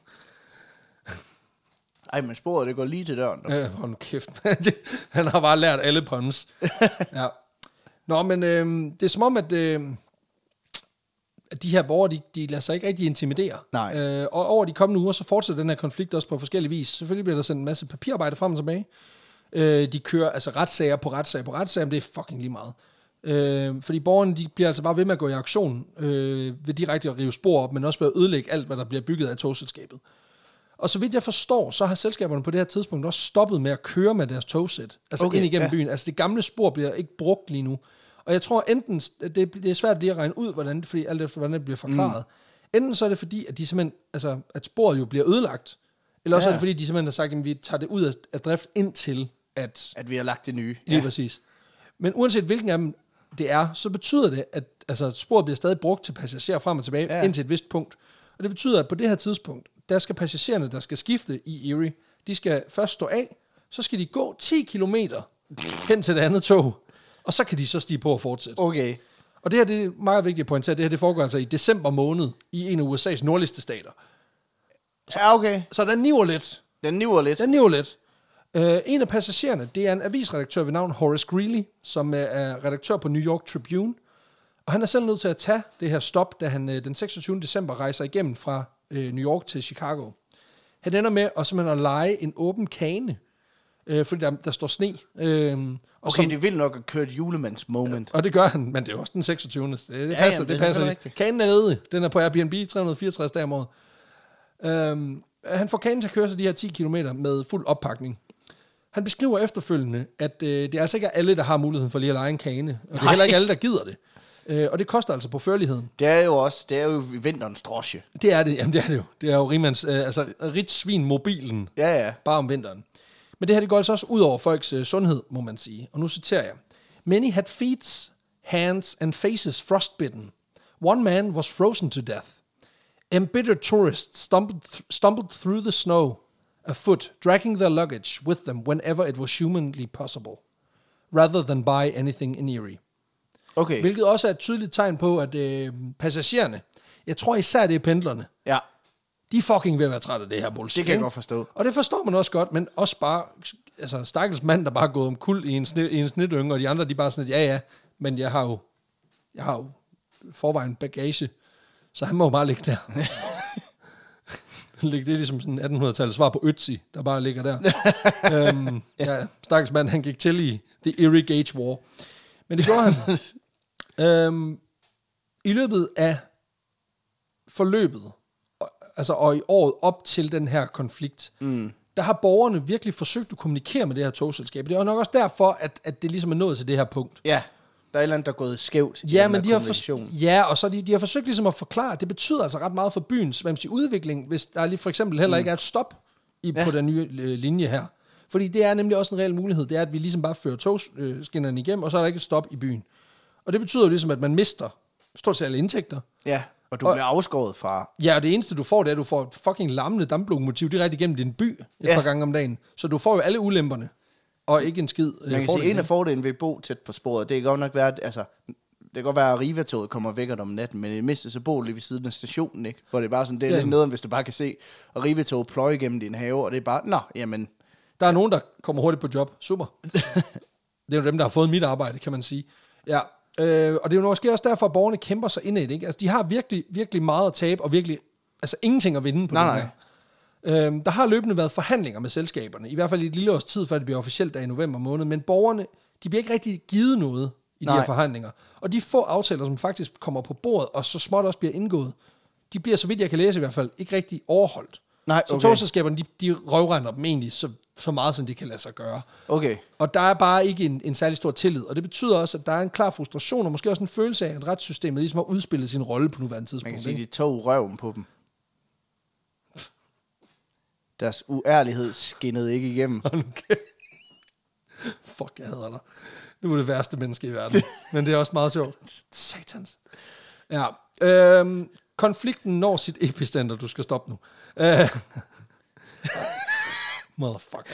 Ej, men sporet, det går lige til døren. Ja, hold nu kæft. Han har bare lært alle puns. Ja. Nå, men det er som om, at de her borgere, de lader sig ikke rigtig intimidere. Nej. Og over de kommende uger, så fortsætter den her konflikt også på forskellige vis. Selvfølgelig bliver der sendt en masse papirarbejde frem og tilbage. De kører altså retssager på retssager, men det er fucking lige meget. Fordi borgerne, de bliver altså bare ved med at gå i aktion ved direkte at rive spor op, men også ved at ødelægge alt, hvad der bliver bygget af togselskabet. Og så vidt jeg forstår, så har selskaberne på det her tidspunkt også stoppet med at køre med deres togsæt. Altså ind igennem byen. Altså det gamle spor bliver ikke brugt lige nu. Og jeg tror enten, det er svært lige at regne ud, hvordan, fordi alt efter hvordan det bliver forklaret. Enten så er det fordi, at de simpelthen, altså at sporet jo bliver ødelagt, eller også er det fordi, de simpelthen har sagt, at vi tager det ud af drift indtil at vi har lagt det nye. Lige præcis. Men uanset hvilken af dem det er, så betyder det, at altså, sporet bliver stadig brugt til passagerer frem og tilbage indtil et vist punkt. Og det betyder, at på det her tidspunkt, der skal passagererne, der skal skifte i Erie, de skal først stå af, så skal de gå 10 kilometer hen til det andet tog, og så kan de så stige på og fortsætte. Okay. Og det her det er meget vigtigt at pointere, det her det foregår altså i december måned i en af USA's nordligste stater. Ja, okay. Så den niver lidt. Den niver lidt. En af passagererne, det er en avisredaktør ved navn Horace Greeley, som er redaktør på New York Tribune. Og han er selv nødt til at tage det her stop, da han den 26. december rejser igennem fra New York til Chicago. Han ender med at simpelthen at lege en åben kane, fordi der står sne. Okay, det er vildt nok at køre et julemands moment. Og det gør han, men det er også den 26. Det passer, det passer. Kanen er nede. Den er på Airbnb 364 dage om året. Han får kanen til at køre sig de her 10 km med fuld oppakning. Han beskriver efterfølgende, at det er altså ikke alle, der har muligheden for lige at lege en kane. Og det er heller ikke alle, der gider det. Og det koster altså på førligheden. Det er jo vinterens drosje. Det er det, jamen det er det jo. Det er jo rimands, rigt svin mobilen. Ja. Bare om vinteren. Men det her, det går altså også ud over folks sundhed, må man sige. Og nu citerer jeg. Many had feet, hands and faces frostbitten. One man was frozen to death. Embittered tourists stumbled through the snow afoot, dragging their luggage with them whenever it was humanly possible, rather than buy anything in Erie. Okay. Hvilket også er et tydeligt tegn på, at passagererne, jeg tror især det er pendlerne, ja. De er fucking ved at være trætte af det her bullshit. Det kan jeg godt forstå. Og det forstår man også godt, men også bare, altså stakkels mand, der bare er gået om kul i en snedynge, og de andre, de er bare sådan, ja, men jeg har jo forvejen bagage, så han må jo bare ligge der. Det er ligesom sådan 1800-tallets svar på Ötzi, der bare ligger der. Ja, stakkels mand, han gik til i The Erie Gauge War. Men det gjorde han. I løbet af forløbet, altså og i året op til den her konflikt, der har borgerne virkelig forsøgt at kommunikere med det her togselskab. Det er jo nok også derfor, at det ligesom er nået til det her punkt. Ja, der er et eller andet, der er gået skævt. Ja, men og så de har forsøgt ligesom at forklare, at det betyder altså ret meget for byens udvikling, hvis der lige for eksempel heller ikke er et stop på den nye linje her. Fordi det er nemlig også en reel mulighed, det er, at vi ligesom bare fører togskinnerne igennem, og så er der ikke et stop i byen. Og det betyder jo ligesom, at man mister stort set alle indtægter. Ja, og du bliver afskåret fra... Ja, og det eneste, du får, det er, at du får et fucking lammende damplokomotiv direkte igennem din by et par gange om dagen. Så du får jo alle ulemperne, og ikke en skid. Man kan sige, en af fordelene ved at bo tæt på sporet, det kan godt nok være, at, det kan godt være, at Arriva-toget kommer væk om natten, men i det mindste så bor lige ved siden af stationen, ikke? Hvor det er bare sådan, det er lidt nederen, hvis du bare kan se Arriva-toget pløje igennem din have, og det er bare, jamen... Der er nogen, der kommer hurtigt på job. Super. Det er jo dem, der har fået mit arbejde, kan man sige. Ja, og det er jo måske også derfor, at borgerne kæmper sig indad, ikke? Altså, de har virkelig, virkelig meget at tabe, og virkelig, altså ingenting at vinde på det her. Der har løbende været forhandlinger med selskaberne, i hvert fald i et lille års tid, før det bliver officielt der i november måned, men borgerne, de bliver ikke rigtig givet noget i de her forhandlinger. Og de få aftaler, som faktisk kommer på bordet, og så småt også bliver indgået, de bliver, så vidt jeg kan læse i hvert fald, ikke rigtig overholdt. Nej, okay. Så togselskaberne, de røvrender dem egentlig så meget, som de kan lade sig gøre. Okay. Og der er bare ikke en særlig stor tillid. Og det betyder også, at der er en klar frustration, og måske også en følelse af, at retssystemet ligesom har udspillet sin rolle på nuværende tidspunkt. Man kan sige, de tog røven på dem. Deres uærlighed skinnede ikke igennem. Okay. Fuck, jeg hader dig. Du er det værste menneske i verden. Men det er også meget sjovt. Satans. Ja. Konflikten når sit epicenter. Du skal stoppe nu. Motherfucker.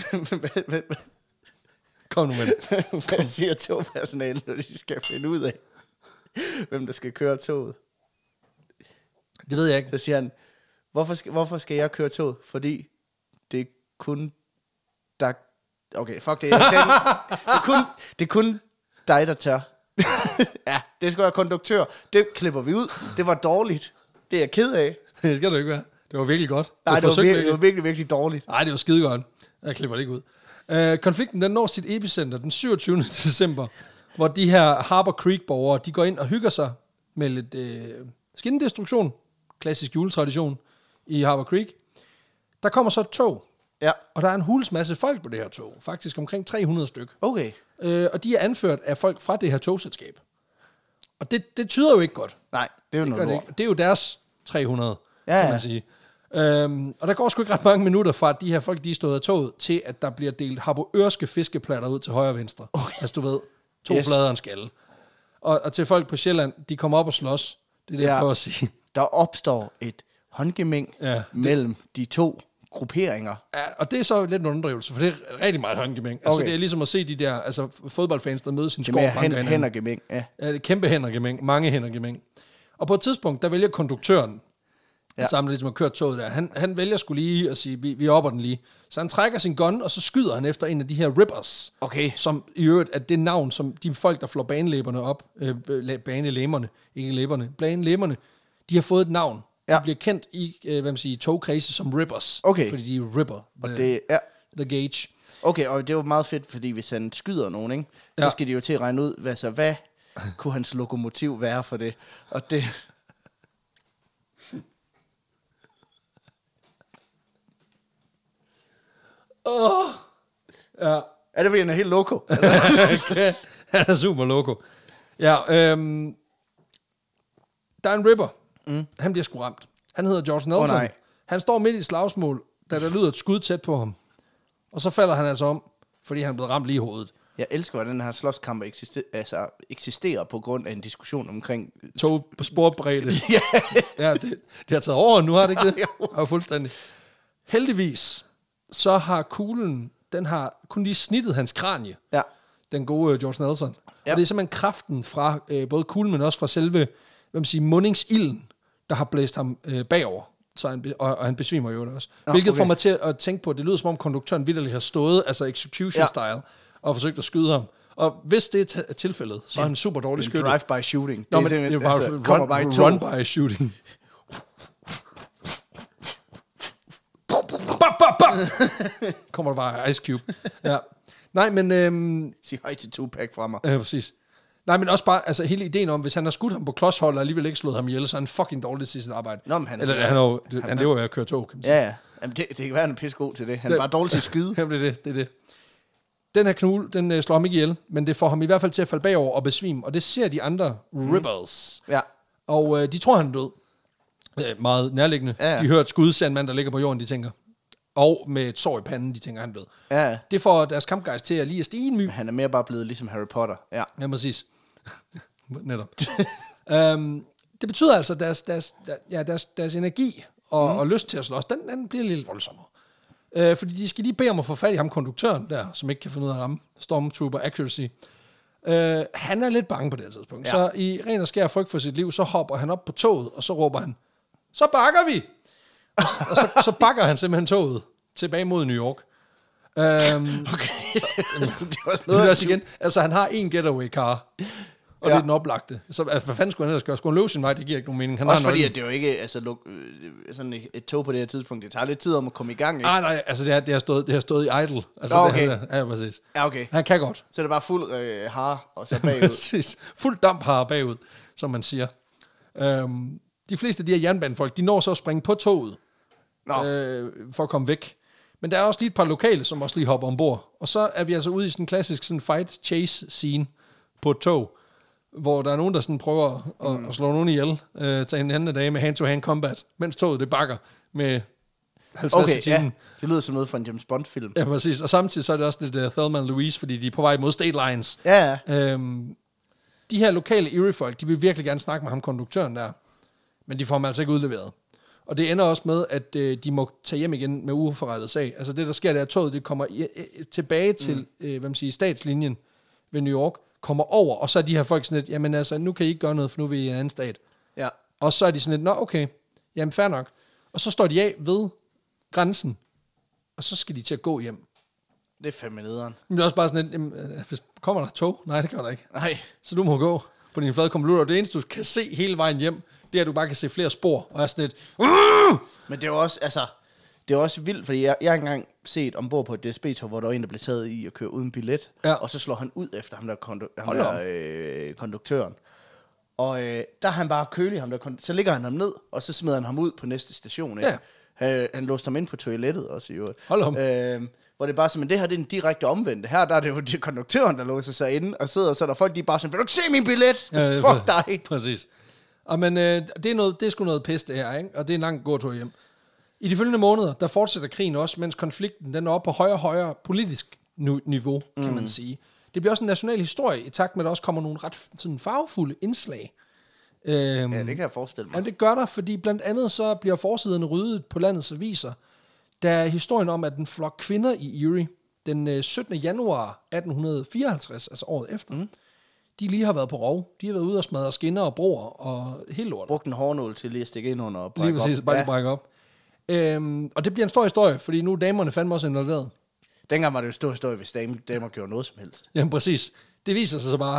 Kom nu med det. Hvad siger togpersonalet, når de skal finde ud af, hvem der skal køre toget? Det ved jeg ikke. Så siger han, hvorfor skal jeg køre toget? Fordi det er kun der... Okay, fuck det. Det er kun dig, der tør. Ja, det skal være konduktør. Det klipper vi ud. Det var dårligt. Det er jeg ked af. Det skal du ikke være. Det var virkelig godt. Nej, det var virkelig, virkelig dårligt. Nej, det var skide godt. Jeg klipper det ikke ud. Konflikten, den når sit epicenter den 27. december, hvor de her Harbor Creek-borgere, de går ind og hygger sig med lidt skindedestruktion. Klassisk juletradition i Harbor Creek. Der kommer så et tog. Ja. Og der er en hulens masse folk på det her tog. Faktisk omkring 300 styk. Okay. Og de er anført af folk fra det her togselskab. Og det tyder jo ikke godt. Nej, det er jo noget lort. Det er jo deres 300, kan man sige. Og der går sgu ikke ret mange minutter fra, at de her folk, de er stået af toget, til at der bliver delt harboørske fiskeplatter ud til højre og venstre. Altså du ved, 2 flader og en skalle. Og til folk på Sjælland, de kommer op og slås. Det er det, jeg prøver at sige. Der opstår et håndgemæng mellem de 2 grupperinger. Ja, og det er så lidt en underdrivelse, for det er rigtig meget håndgemæng. Okay. Altså det er ligesom at se de der fodboldfans, der mødes i en skov. Det er mere hændergemæng, ja. Ja, det er kæmpe hændergemæng, mange hændergemæng. Og på et tidspunkt, der vælger konduktøren, sammen ligesom har kørt toget der, han vælger skulle lige at sige, vi opper den lige. Så han trækker sin gun, og så skyder han efter en af de her rippers. Okay. Som i øvrigt er det navn, som de folk, der flår banelæberne op, banelæmerne, ikke læberne, banelæberne, de har fået et navn. De bliver kendt i togkredse som rippers. Okay. Fordi de ripper the gauge. Okay, og det var meget fedt, fordi hvis han skyder nogen, ikke, så skal de jo til at regne ud, hvad kunne hans lokomotiv være for det. Og det... Ja. Er det fordi, han er helt loko? Han er super loko. Ja, der er en ripper. Han bliver sgu ramt. Han hedder George Nelson. Han står midt i et slagsmål, da der lyder et skud tæt på ham. Og så falder han altså om, fordi han er blevet ramt lige i hovedet. Jeg elsker, at den her slåskamp eksisterer på grund af en diskussion omkring... Tog på sporbredde. Ja, det har taget over nu, har det ikke det? Jo, fuldstændig. Heldigvis, så har kuglen, den har kun lige snittet hans kranie. Ja. Den gode George Nelson. Ja. Og det er simpelthen kraften fra både kuglen, men også fra selve, mundingsilden, der har blæst ham bagover. Så og han besvimer jo også. Hvilket får mig til at tænke på, at det lyder som om konduktøren vitterligt har stået, altså execution style, og forsøgt at skyde ham. Og hvis det er tilfældet, så er han super dårlig skytte. Drive-by shooting. Nå, men det er bare run-by shooting. Kommer der bare Ice Cube. Ja. Nej, men... Sig hej til Tupac fra mig. Ja, præcis. Nej, men også bare, altså hele ideen om, hvis han har skudt ham på klodshold og alligevel ikke slået ham ihjel, så er han fucking dårligt til sit arbejde. Nå, men han lever af at køre tog, kan man sige. Ja. Jamen, det kan være, han er pissegod til det. Han er bare dårlig til at skyde. Jamen, det er det. Den her knugle, den slår ham ikke ihjel, men det får ham i hvert fald til at falde bagover og besvime, og det ser de andre rippers. Ja. Og de tror, han er død. Meget nærliggende. Ja. De hører et skud, ser en mand, der ligger på jorden, de tænker. Og med et sår i panden, de tænker, han er død. Ja. Det får deres kampgejst til at lige at stige en my. Han er mere bare blevet ligesom Harry Potter. Ja, præcis. Netop. Det betyder altså, at deres energi og lyst til at slås, den bliver lidt voldsommere. Fordi de skal lige bede om at få fat i ham, konduktøren der, som ikke kan finde ud af at ramme Stormtrooper accuracy. Han er lidt bange på det her tidspunkt. Ja. Så i ren og skær frygt for sit liv, så hopper han op på toget, og så råber han, så bakker vi! og så bakker han simpelthen toget tilbage mod New York. Okay. Det var noget også igen. Altså, han har en getaway car. Og det er den oplagte. Så altså, hvad fanden skulle han ellers gøre? Skulle han løbe sin vej? Det giver ikke nogen mening. Han også har fordi, at det er jo ikke sådan et tog på det her tidspunkt. Det tager lidt tid om at komme i gang, ikke? Nej, altså det har stået i idle. Altså, okay. Ja, præcis. Ja, okay. Han kan godt. Så er det bare fuld hare, og så bagud. Præcis. Fuld damphare bagud, som man siger. De fleste af de her jernbanefolk, de når så at springe på toget, for at komme væk. Men der er også lige et par lokale, som også lige hopper ombord. Og så er vi altså ude i sådan en klassisk sådan fight-chase-scene på et tog, hvor der er nogen, der sådan prøver at slå nogen ihjel til en anden dag med hand-to-hand combat, mens toget det bakker med 50 i timen. Ja. Det lyder som noget fra en James Bond-film. Ja, præcis. Og samtidig så er det også lidt Thelma and Louise, fordi de er på vej mod State Lines. Ja. De her lokale Erie-folk, de vil virkelig gerne snakke med ham, konduktøren der, men de får ham altså ikke udleveret. Og det ender også med, at de må tage hjem igen med uforrettet sag. Altså det, der sker, det er, at toget det kommer tilbage til statslinjen ved New York, kommer over, og så er de her folk sådan lidt, jamen altså, nu kan I ikke gøre noget, for nu er vi i en anden stat. Ja. Og så er de sådan lidt, nå okay, jamen fair nok. Og så står de af ved grænsen, og så skal de til at gå hjem. Det er fandme nederen. Men det er også bare sådan lidt, hvis kommer der tog? Nej, det gør der ikke. Nej. Så du må gå på din flade computer, og det eneste, du kan se hele vejen hjem, det er, at du bare kan se flere spor, og er sådan lidt, Men det er jo også, altså, det er også vildt, fordi jeg har engang set ombord på et DSB-tog, hvor der var en, der blev taget i at køre uden billet, og så slår han ud efter ham der, konduktøren. Og der er han bare kølig, ham der, så ligger han ham ned, og så smider han ham ud på næste station. Ikke? Ja. Han låste ham ind på toilettet også i øvrigt. Hvor det er bare sådan, men det her det er en direkte omvendt. Her der er det jo det konduktøren, der låser sig inde, og sidder, og så er der folk, de er bare sådan, vil du ikke se min billet? Fuck dig! Præcis. Og men det er sgu noget pis det her, ikke? Og det er en lang gåtur hjem. I de følgende måneder, der fortsætter krigen også, mens konflikten den er oppe på højere og højere politisk niveau, kan man sige. Det bliver også en national historie, i takt med, at der også kommer nogle ret sådan farvefulde indslag. Ja, det kan jeg forestille mig. Ja, det gør der, fordi blandt andet så bliver forsiderne ryddet på landets aviser. Der er historien om, at en flok kvinder i Erie, den 17. januar 1854, altså året efter, de lige har været på rov. De har været ude og smadre skinner og broer og helt lort. Brugt en hårnål til lige at stikke ind under og brække lige præcis, op. bare lige brække op. Og det bliver en stor historie, fordi nu er damerne fandme også involveret. Dengang var det jo en stor historie, hvis damer gjorde noget som helst. Jamen præcis. Det viser sig så bare,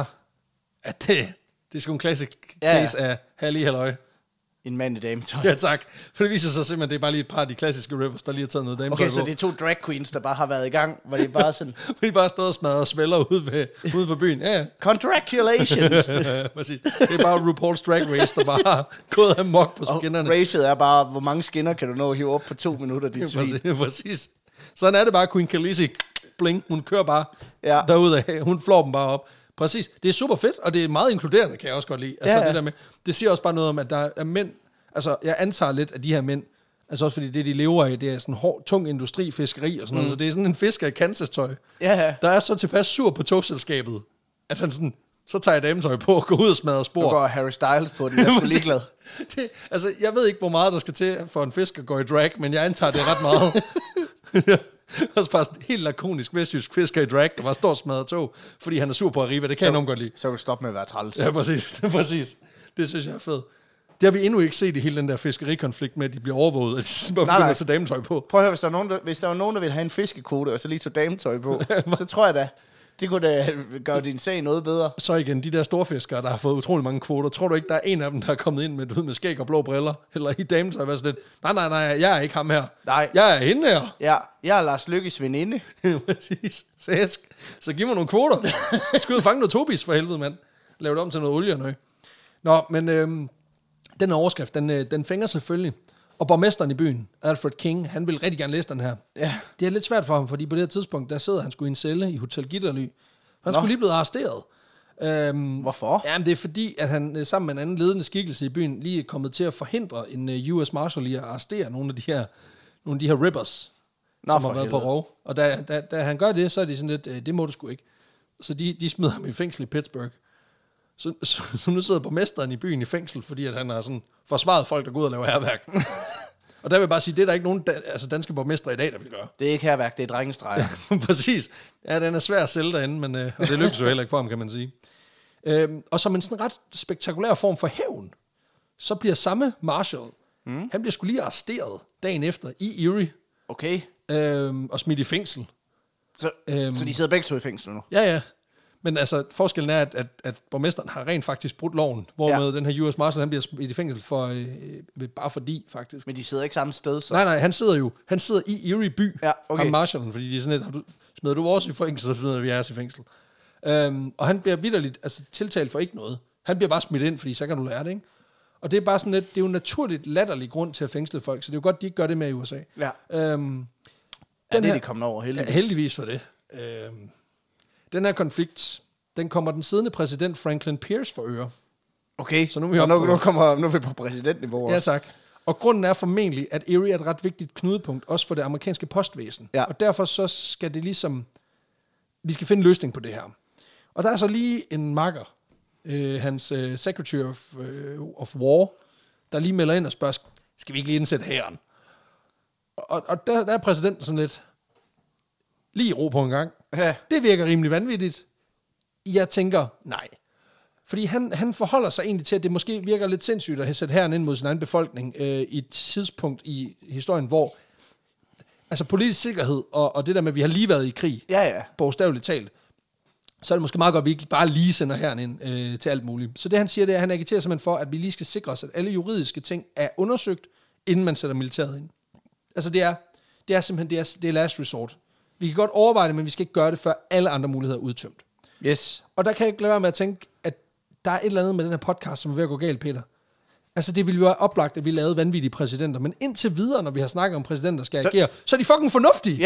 at det er sgu en classic case af halli halløj. En mand i dametøj. Ja, tak. For det viser sig simpelthen, at det er bare lige et par af de klassiske rappers, der lige har taget noget dametøj Okay, så det er 2 drag queens, der bare har været i gang, hvor de bare sådan... de bare stået og smadret svælder ude for byen. Ja. Congratulations! Præcis. Det er bare RuPaul's Drag Race, der bare har gået amok på skinnerne. Og racet er bare, hvor mange skinner kan du nå at hive op på 2 minutter, dit svin. Præcis. Sådan er det bare, Queen Khaleesi. Bling, hun kører bare derudad. Hun flår dem bare op. Præcis. Det er super fedt, og det er meget inkluderende, kan jeg også godt lide. Altså, det der med, det siger også bare noget om, at der er mænd, altså jeg antager lidt, at de her mænd, altså også fordi det, de lever af, det er sådan hård, tung industri, fiskeri og sådan noget, så det er sådan en fisker i Kansas-tøj, der er så tilpas sur på togselskabet, at han sådan, så tager jeg dametøj på og går ud og smadrer spor. Nu går Harry Styles på den, jeg er sgu ligeglad. Altså, jeg ved ikke, hvor meget der skal til for en fisker at gå i drag, men jeg antager, det er ret meget. Og så bare helt lakonisk vestjysk fisker i drag, der var stort smadret tog, fordi han er sur på Arriva. Det kan jeg enormt godt lide. Så kan du stoppe med at være træls. Ja, præcis. Det synes jeg er fedt. Det har vi endnu ikke set i hele den der fiskerikonflikt med, at de bliver overvåget, at de bare begynder at tage dametøj på. Prøv at høre, hvis der var nogen, der ville have en fiskekvote, og så lige tog dametøj på, så tror jeg da, det kunne da gøre din sag noget bedre. Så igen, de der storfiskere, der har fået utrolig mange kvoter, tror du ikke, der er en af dem, der er kommet ind med skæg og blå briller, eller i dametøj, hvad sådan lidt? Nej, jeg er ikke ham her. Nej. Jeg er hende her. Ja, jeg er Lars Lykkes veninde. Præcis. Så giv mig nogle kvoter. Skud fange noget tobis for helvede, mand. Lav det om til noget olie og noget. Nå, men den overskrift, den fænger selvfølgelig. Og borgmesteren i byen, Alfred King, han vil rigtig gerne læse den her. Ja. Det er lidt svært for ham, fordi på det her tidspunkt, der sidder han sgu i en celle i Hotel Gitterly. Han skulle lige blevet arresteret. Hvorfor? Jamen, det er fordi, at han sammen med en anden ledende skikkelse i byen lige er kommet til at forhindre en US Marshal i at arrestere nogle af de her rippers, som har været på rov. Og da han gør det, så er de sådan lidt, det må du sgu ikke. Så de smider ham i fængsel i Pittsburgh. Så nu sidder borgmesteren i byen i fængsel, fordi at han har sådan forsvaret folk, der går ud og laver hærværk. Og der vil jeg bare sige, det er der ikke nogen danske borgmestre i dag, der vil gøre. Det er ikke hærværk, det er drengestreger. Præcis. Ja, den er svær at sælge derinde, men, og det lykkes jo heller ikke for ham, kan man sige. Og som en sådan ret spektakulær form for hævn, så bliver samme Marshall, han bliver sgu lige arresteret dagen efter i Erie. Okay. Og smidt i fængsel. Så de sidder begge to i fængsel nu? Ja. Men altså, forskellen er, at borgmesteren har rent faktisk brudt loven, hvormed den her US Marshal, han bliver smidt i fængsel for, bare fordi, faktisk. Men de sidder ikke samme sted, så? Nej, han sidder i Erie by, ham Marshallen, fordi de er sådan lidt, smider du også i fængsel, så smider vi os i fængsel. Og han bliver vitterligt tiltalt for ikke noget. Han bliver bare smidt ind, fordi så kan du lære det, ikke? Og det er bare sådan lidt, det er jo naturligt latterlig grund til at fængsle folk, så det er jo godt, de ikke gør det med i USA. Ja. Det er de kommet over, heldigvis. Ja, heldigvis for det. Den her konflikt, den kommer den siddende præsident Franklin Pierce for øre. Okay, så nu er vi på præsidentniveau. Ja, tak. Og grunden er formentlig, at Erie er et ret vigtigt knudepunkt, også for det amerikanske postvæsen. Ja. Og derfor så skal det ligesom, vi skal finde en løsning på det her. Og der er så lige en makker, hans Secretary of War, der lige melder ind og spørger, skal vi ikke lige indsætte hæren? Og der er præsidenten sådan lidt, lige ro på en gang. Ja. Det virker rimelig vanvittigt. Jeg tænker, nej. Fordi han forholder sig egentlig til, at det måske virker lidt sindssygt at have sat hæren ind mod sin egen befolkning i et tidspunkt i historien, hvor altså politisk sikkerhed og det der med, at vi har lige været i krig, bogstaveligt talt, så er det måske meget godt, at vi ikke bare lige sender hæren ind til alt muligt. Så det han siger, det er, at han agiterer simpelthen for, at vi lige skal sikre os, at alle juridiske ting er undersøgt, inden man sætter militæret ind. Altså det er simpelthen, det er last resort. Vi kan godt overveje det, men vi skal ikke gøre det, før alle andre muligheder er udtømt. Yes. Og der kan jeg ikke lade være med at tænke, at der er et eller andet med den her podcast, som er ved at gå galt, Peter. Altså, det ville jo være oplagt, at vi lavede vanvittige præsidenter, men indtil videre, når vi har snakket om præsidenter, skal agere, så er de fucking fornuftige. Ja.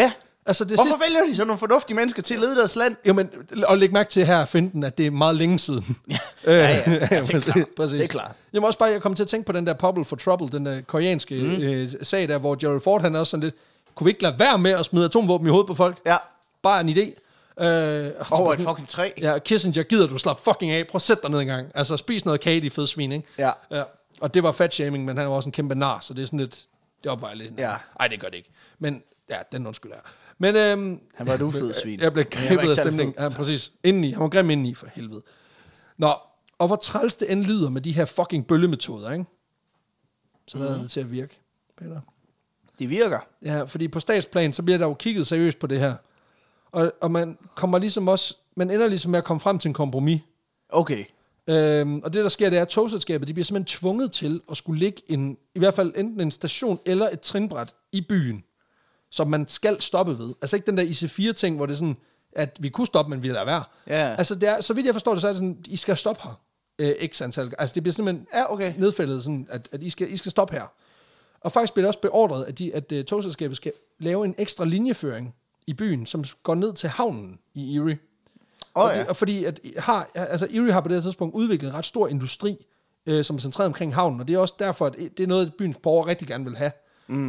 Altså, Hvorfor vælger de så nogle fornuftige mennesker til at lede deres land? Jo, men, og læg mærke til her, Finten, at det er meget længe siden. Ja, det er klart. Præcis. Det er klart. Jamen også bare, jeg kom til at tænke på den der Pobble for Trouble, den der koreanske sag der, hvor Gerald Ford, han er også sådan lidt, kunne vi ikke lade være med at smide atomvåben i hovedet på folk? Ja. Bare en idé. Over et fucking træ. Ja, Kissinger, gider du slappe fucking af? Prøv at sætte dig ned en gang. Altså, spis noget kage, de fede svin, ikke? Ja. Og det var fat-shaming, men han var også en kæmpe nar, så det er sådan lidt, det opvejer lidt. Ja. Ej, det gør det ikke. Men, ja, den undskylder jeg. Men, han var et ufed svin. Jeg blev grebet af stemningen. Ja, præcis. Indeni. Han var grim indeni, for helvede. Nå, og hvor træls det end lyder med de her fucking bøllemetoder, ikke? Så lader det til at virke, Peter. De virker. Ja, fordi på statsplan, så bliver der jo kigget seriøst på det her. Og man kommer ligesom også, man ender ligesom med at komme frem til en kompromis. Okay. Og det, der sker, det er, at togselskabet, de bliver simpelthen tvunget til at skulle ligge i hvert fald enten en station eller et trinbræt i byen, som man skal stoppe ved. Altså ikke den der IC4-ting, hvor det er sådan, at vi kunne stoppe, men vi lader være. Ja. Altså, det er, så vidt jeg forstår det, så er det sådan, I skal stoppe her. X antal. Altså, det bliver simpelthen nedfældet, sådan, at I skal stoppe her. Og faktisk bliver det også beordret, at togselskabet skal lave en ekstra linjeføring i byen, som går ned til havnen i Erie. Og fordi at Erie har på det her tidspunkt udviklet en ret stor industri, som er centreret omkring havnen, og det er også derfor, at det er noget, byens borgere rigtig gerne vil have.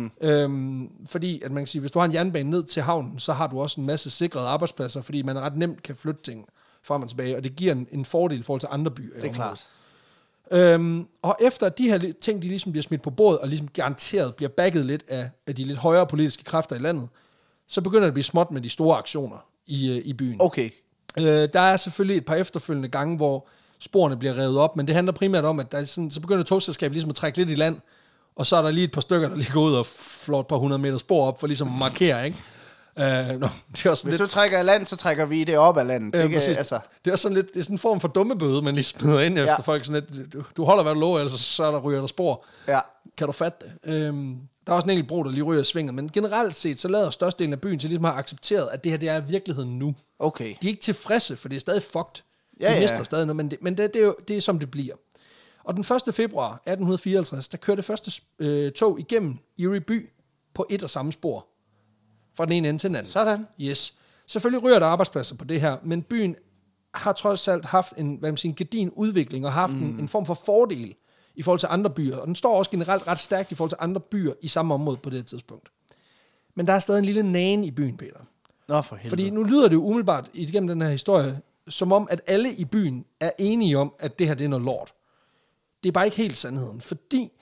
Fordi at man kan sige, hvis du har en jernbane ned til havnen, så har du også en masse sikrede arbejdspladser, fordi man ret nemt kan flytte ting frem og tilbage, og det giver en fordel i forhold til andre byer. Det er klart. Og efter at de her ting, de ligesom bliver smidt på bordet, og ligesom garanteret bliver backet lidt af de lidt højere politiske kræfter i landet, så begynder det at blive småt med de store aktioner i byen. Okay. Der er selvfølgelig et par efterfølgende gange, hvor sporene bliver revet op, men det handler primært om, at der er sådan, så begynder togselskabet ligesom at trække lidt i land, og så er der lige et par stykker, der lige går ud og flår et par 100 meter spor op, for ligesom at markere, ikke? Det er også Hvis du trækker i land, så trækker vi det op af landet. Det er sådan lidt, det er sådan en form for dummebøde, man lige smider ind efter folk. Sådan lidt, du holder, hvad du lover, ellers så ryger der spor. Ja. Kan du fatte det? Der er også en enkelt bro, der lige ryger i svinget, men generelt set, så lader størstedelen af byen til ligesom at have accepteret, at det her, det er virkeligheden nu. Okay. De er ikke tilfredse, for det er stadig fucked. De mister stadig noget, men det er som det bliver. Og den 1. februar 1854, der kører det første tog igennem Erie by på et og samme spor. Fra den ene ende til den anden. Sådan. Yes. Selvfølgelig ryger der arbejdspladser på det her, men byen har trods alt haft en gedin udvikling og haft en form for fordel i forhold til andre byer. Og den står også generelt ret stærkt i forhold til andre byer i samme område på det tidspunkt. Men der er stadig en lille nagen i byen, Peter. Nå, for helvede. Fordi nu lyder det jo umiddelbart igennem den her historie, som om, at alle i byen er enige om, at det her det er noget lort. Det er bare ikke helt sandheden, fordi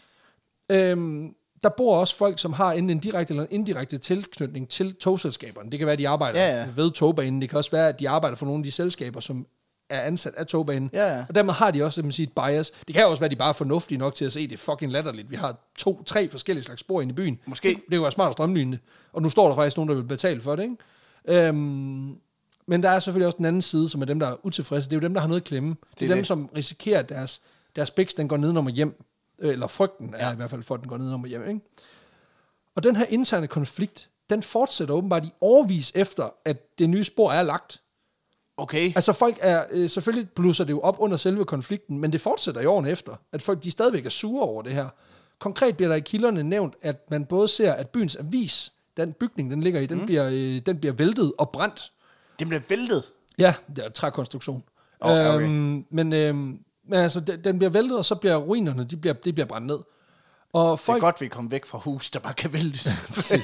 der bor også folk, som har enten en direkte eller en indirekte tilknytning til togselskaberne. Det kan være, at de arbejder ved togbanen. Det kan også være, at de arbejder for nogle af de selskaber, som er ansat af togbanen. Ja. Og dermed har de også et bias. Det kan også være, at de bare er fornuftige nok til at se, det er fucking latterligt. Vi har 2-3 forskellige slags spor inde i byen. Måske. Det kan være smart at strømline det. Og nu står der faktisk nogen, der vil betale for det, ikke? Men der er selvfølgelig også den anden side, som er dem, der er utilfredse. Det er jo dem, der har noget at klemme. Det er dem, som risikerer, at deres biks, den går nedenom og hjem. Eller frygten er i hvert fald for, at den går nedenom og hjem. Ikke? Og den her interne konflikt, den fortsætter åbenbart i årevis efter, at det nye spor er lagt. Okay. Altså folk er, selvfølgelig blusser det jo op under selve konflikten, men det fortsætter i årene efter, at folk de stadigvæk er sure over det her. Konkret bliver der i kilderne nævnt, at man både ser, at byens avis, den bygning, den ligger i, den bliver væltet og brændt. Den bliver væltet? Ja, det er trækonstruktion. Okay. Men altså, den bliver væltet, og så bliver ruinerne, de bliver brændt ned. Og folk, det er godt, vi kommer væk fra hus, der bare kan væltes. Præcis.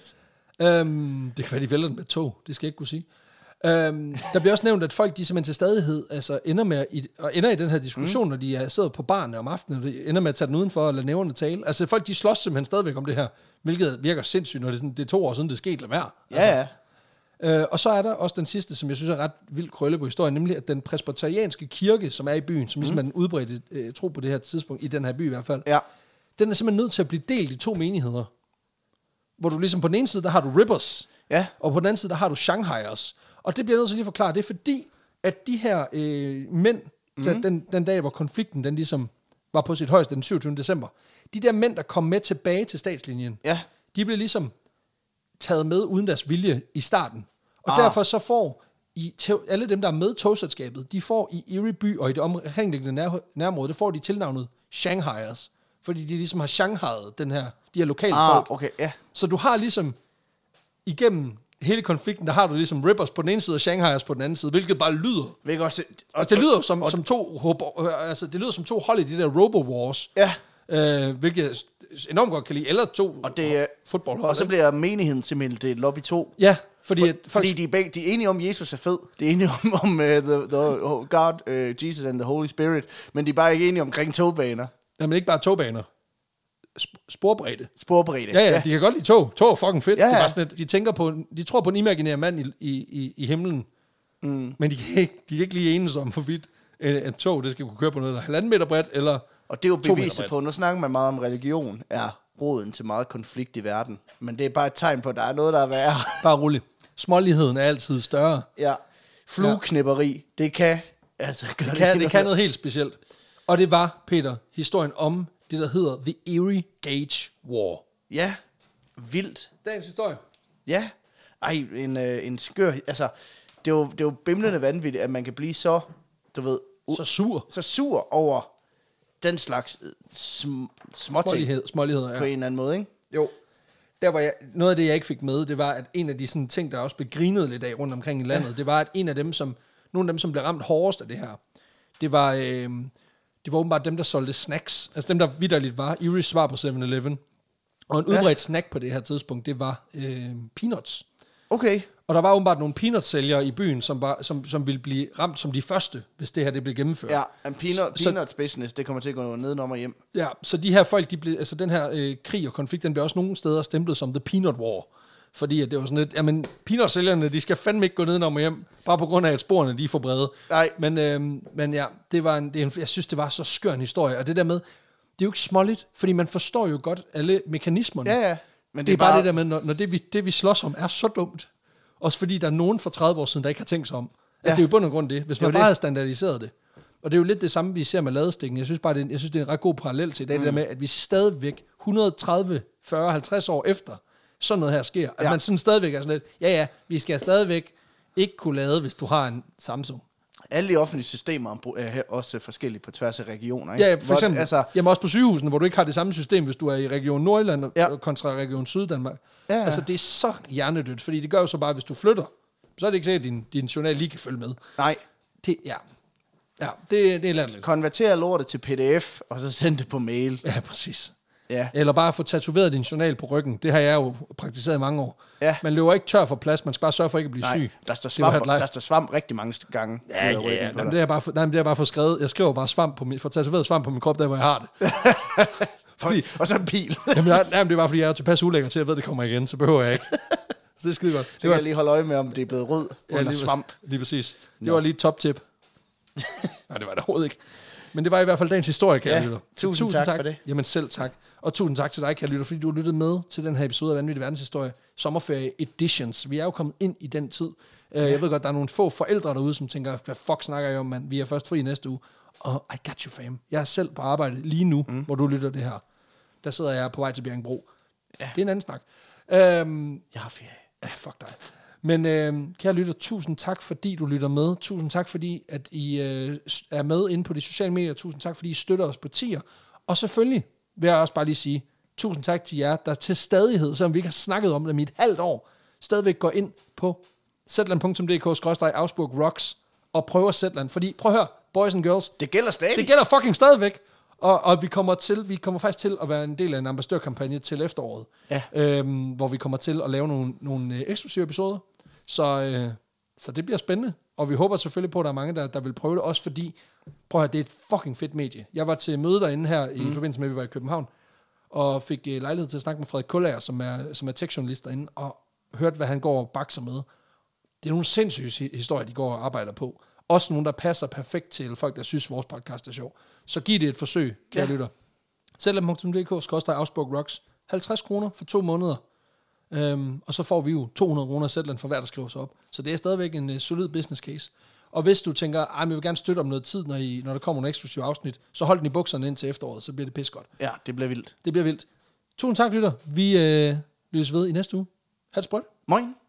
Det kan være, de vælter den med tog. Det skal jeg ikke kunne sige. Der bliver også nævnt, at folk, de simpelthen til stadighed altså ender i den her diskussion, når de sidder på barne om aftenen, og de ender med at tage den udenfor og lade nævnerne tale. Altså folk, de slås simpelthen stadigvæk om det her, hvilket virker sindssygt, når det er 2 år siden, det skete, lad være. Ja. Og så er der også den sidste, som jeg synes er ret vild krølle på historien, nemlig at den presbyterianske kirke, som er i byen, som ligesom er den udbredte tro på det her tidspunkt, i den her by i hvert fald, den er simpelthen nødt til at blive delt i 2 menigheder. Hvor du ligesom på den ene side, der har du Rippers, og på den anden side, der har du Shanghaiers. Og det bliver nødt til lige at forklare, det er fordi, at de her mænd, den dag, hvor konflikten den ligesom var på sit højeste den 27. december, de der mænd, der kom med tilbage til statslinjen, de blev ligesom taget med uden deres vilje i starten. Og derfor så får alle dem, der er med togselskabet, de får i Erie by og i det omkringliggende nærområde, det får de tilnavnet Shanghaiers. Fordi de ligesom har shanghaiet de her lokale folk. Okay, Så du har ligesom igennem hele konflikten, der har du ligesom Rippers på den ene side, og Shanghaiers på den anden side, hvilket bare lyder. Altså, det lyder som to hold i de der Robo-Wars. Ja. Hvilket jeg enormt godt kan lide. Eller to fodboldhold. Og så bliver menigheden simpelthen delt op i to. Ja, fordi de er enige om, Jesus er fed. De er enige om the God, Jesus and the Holy Spirit. Men de er bare ikke enige omkring togbaner. Jamen ikke bare togbaner. Sporbredde. Ja, de kan godt lide tog. Tog er fucking fedt. Ja. Det er bare sådan, de tror på en imaginær mand i himlen. Men de kan ikke lige enes om, hvorvidt et tog, det skal kunne køre på noget, der er 1,5 meter bredt, eller og det er jo beviset på, nu snakker man meget om religion, er roden til meget konflikt i verden. Men det er bare et tegn på, at der er noget, der er værre. Bare rolig. Småligheden er altid større. Ja. Flueknipperi, det kan det kan noget helt specielt. Og det var, Peter, historien om det, der hedder The Erie Gauge War. Ja, vildt. Dagens historie. Ja. Ej, en skør. Altså, det er jo bimlende vanvittigt, at man kan blive så, du ved... Så sur over den slags småligheder ja. På en eller anden måde, ikke? Jo. Der var noget af det, jeg ikke fik med, det var, at en af de sådan, ting, der også blev grinet lidt af rundt omkring i landet, det var, at nogle af dem, som blev ramt hårdest af det her, det var åbenbart dem, der solgte snacks. Altså dem, der vitterligt var Erie's svar på 7-Eleven. Og en udbredt snack på det her tidspunkt, det var peanuts. Okay. Og der var åbenbart nogle peanut-sælgere i byen, som ville blive ramt som de første, hvis det her det blev gennemført. Ja, en peanuts business, det kommer til at gå nedenom og hjem. Ja, så de her folk, den her krig og konflikt, den blev også nogle steder stemplet som The Peanut War. Fordi at det var sådan lidt, jamen peanut-sælgerne, de skal fandme ikke gå nedenom og hjem, bare på grund af, at sporene de er for brede. Nej. Men ja, jeg synes, det var så skør en historie. Og det der med, det er jo ikke småligt, fordi man forstår jo godt alle mekanismerne. Ja. Men det er bare det der med, når det vi slås om, er så dumt. Også fordi der er nogen for 30 år siden, der ikke har tænkt sig om. Altså det er jo i bund og grund det. Hvis man bare havde standardiseret det. Og det er jo lidt det samme, vi ser med ladestikken. Jeg synes bare, det er en ret god parallel til i dag, det der med, at vi stadigvæk 130, 40, 50 år efter sådan noget her sker. At man sådan stadigvæk er sådan lidt, vi skal stadigvæk ikke kunne lade, hvis du har en Samsung. Alle de offentlige systemer er også forskellige på tværs af regioner, ikke? Ja, for eksempel, jamen også på sygehusene, hvor du ikke har det samme system, hvis du er i Region Nordjylland kontra Region Syddanmark. Ja. Altså, det er så hjernedødt, fordi det gør jo så bare, hvis du flytter, så er det ikke sikkert, at din journal lige kan følge med. Nej. Det er latterligt. Konverter lortet til PDF, og så send det på mail. Ja, præcis. Ja. Eller bare få tatoveret din journal på ryggen. Det har jeg jo praktiseret i mange år. Ja. Man løber ikke tør for plads, man skal bare sørge for ikke at blive syg. Der står svamp rigtig mange gange. Ja. Jamen, det er bare for skrevet. Jeg skriver bare for tatoveret svamp på min krop, der hvor jeg har det. Og så en pil. Jamen, det er bare fordi, jeg er tilpas ulækker til, at jeg ved, det kommer igen, så behøver jeg ikke. Så det er skide godt. Så kan jeg lige holde øje med, om det er blevet rød under svamp. Lige præcis. Det var lige et top-tip. Nej, det var det overhovedet ikke. Men det var i hvert fald dagens historie, kære lytter. Tusind tak for det. Jamen selv tak. Og tusind tak til dig, kære lytter, fordi du har lyttet med til den her episode af Vanvittig Verdenshistorie. Sommerferie Editions. Vi er jo kommet ind i den tid. Jeg ved godt, der er nogle få forældre derude, som tænker, hvad fuck snakker jeg om, mand? Vi er først fri næste uge. Og I got you, fam. Jeg er selv på arbejde lige nu, hvor du lytter det her. Der sidder jeg på vej til Bjerringbro. Ja. Det er en anden snak. Jeg har ferie. Ja, fuck dig. Men kære lytter, tusind tak, fordi du lytter med. Tusind tak, fordi at I er med inde på de sociale medier. Tusind tak, fordi I støtter os på tier. Og selvfølgelig vil jeg også bare lige sige, tusind tak til jer, der til stadighed, selvom vi ikke har snakket om det i et halvt år, stadigvæk går ind på zetland.dk/Augsburg Rocks og prøver Zetland. Fordi, prøv at høre, boys and girls. Det gælder stadig. Det gælder fucking stadigvæk. Og vi kommer faktisk til at være en del af en ambassadørkampagne til efteråret, hvor vi kommer til at lave nogle eksklusive episoder. Så det bliver spændende, og vi håber selvfølgelig på, at der er mange, der vil prøve det, også fordi, prøv at høre, det er et fucking fedt medie. Jeg var til møde derinde her i forbindelse med, at vi var i København, og fik lejlighed til at snakke med Frederik Kullager, som er tech-journalist derinde, og hørte, hvad han går og bakser med. Det er nogle sindssyge historier, de går og arbejder på. Også nogle, der passer perfekt til folk, der synes, vores podcast er sjov. Så giv det et forsøg, kære lytter. Zetland.dk/Augsburg Rocks. 50 kroner for 2 måneder. Og så får vi jo 200 kroner Zetland for hver, der skriver sig op. Så det er stadigvæk en solid business case. Og hvis du tænker, jeg vil gerne støtte om noget tid, når der kommer nogle eksklusive afsnit, så hold den i bukserne ind til efteråret, så bliver det pis godt. Ja, det bliver vildt. Det bliver vildt. Tusind tak, lytter. Vi lyttes ved i næste uge. Ha' det sprødt. Moin.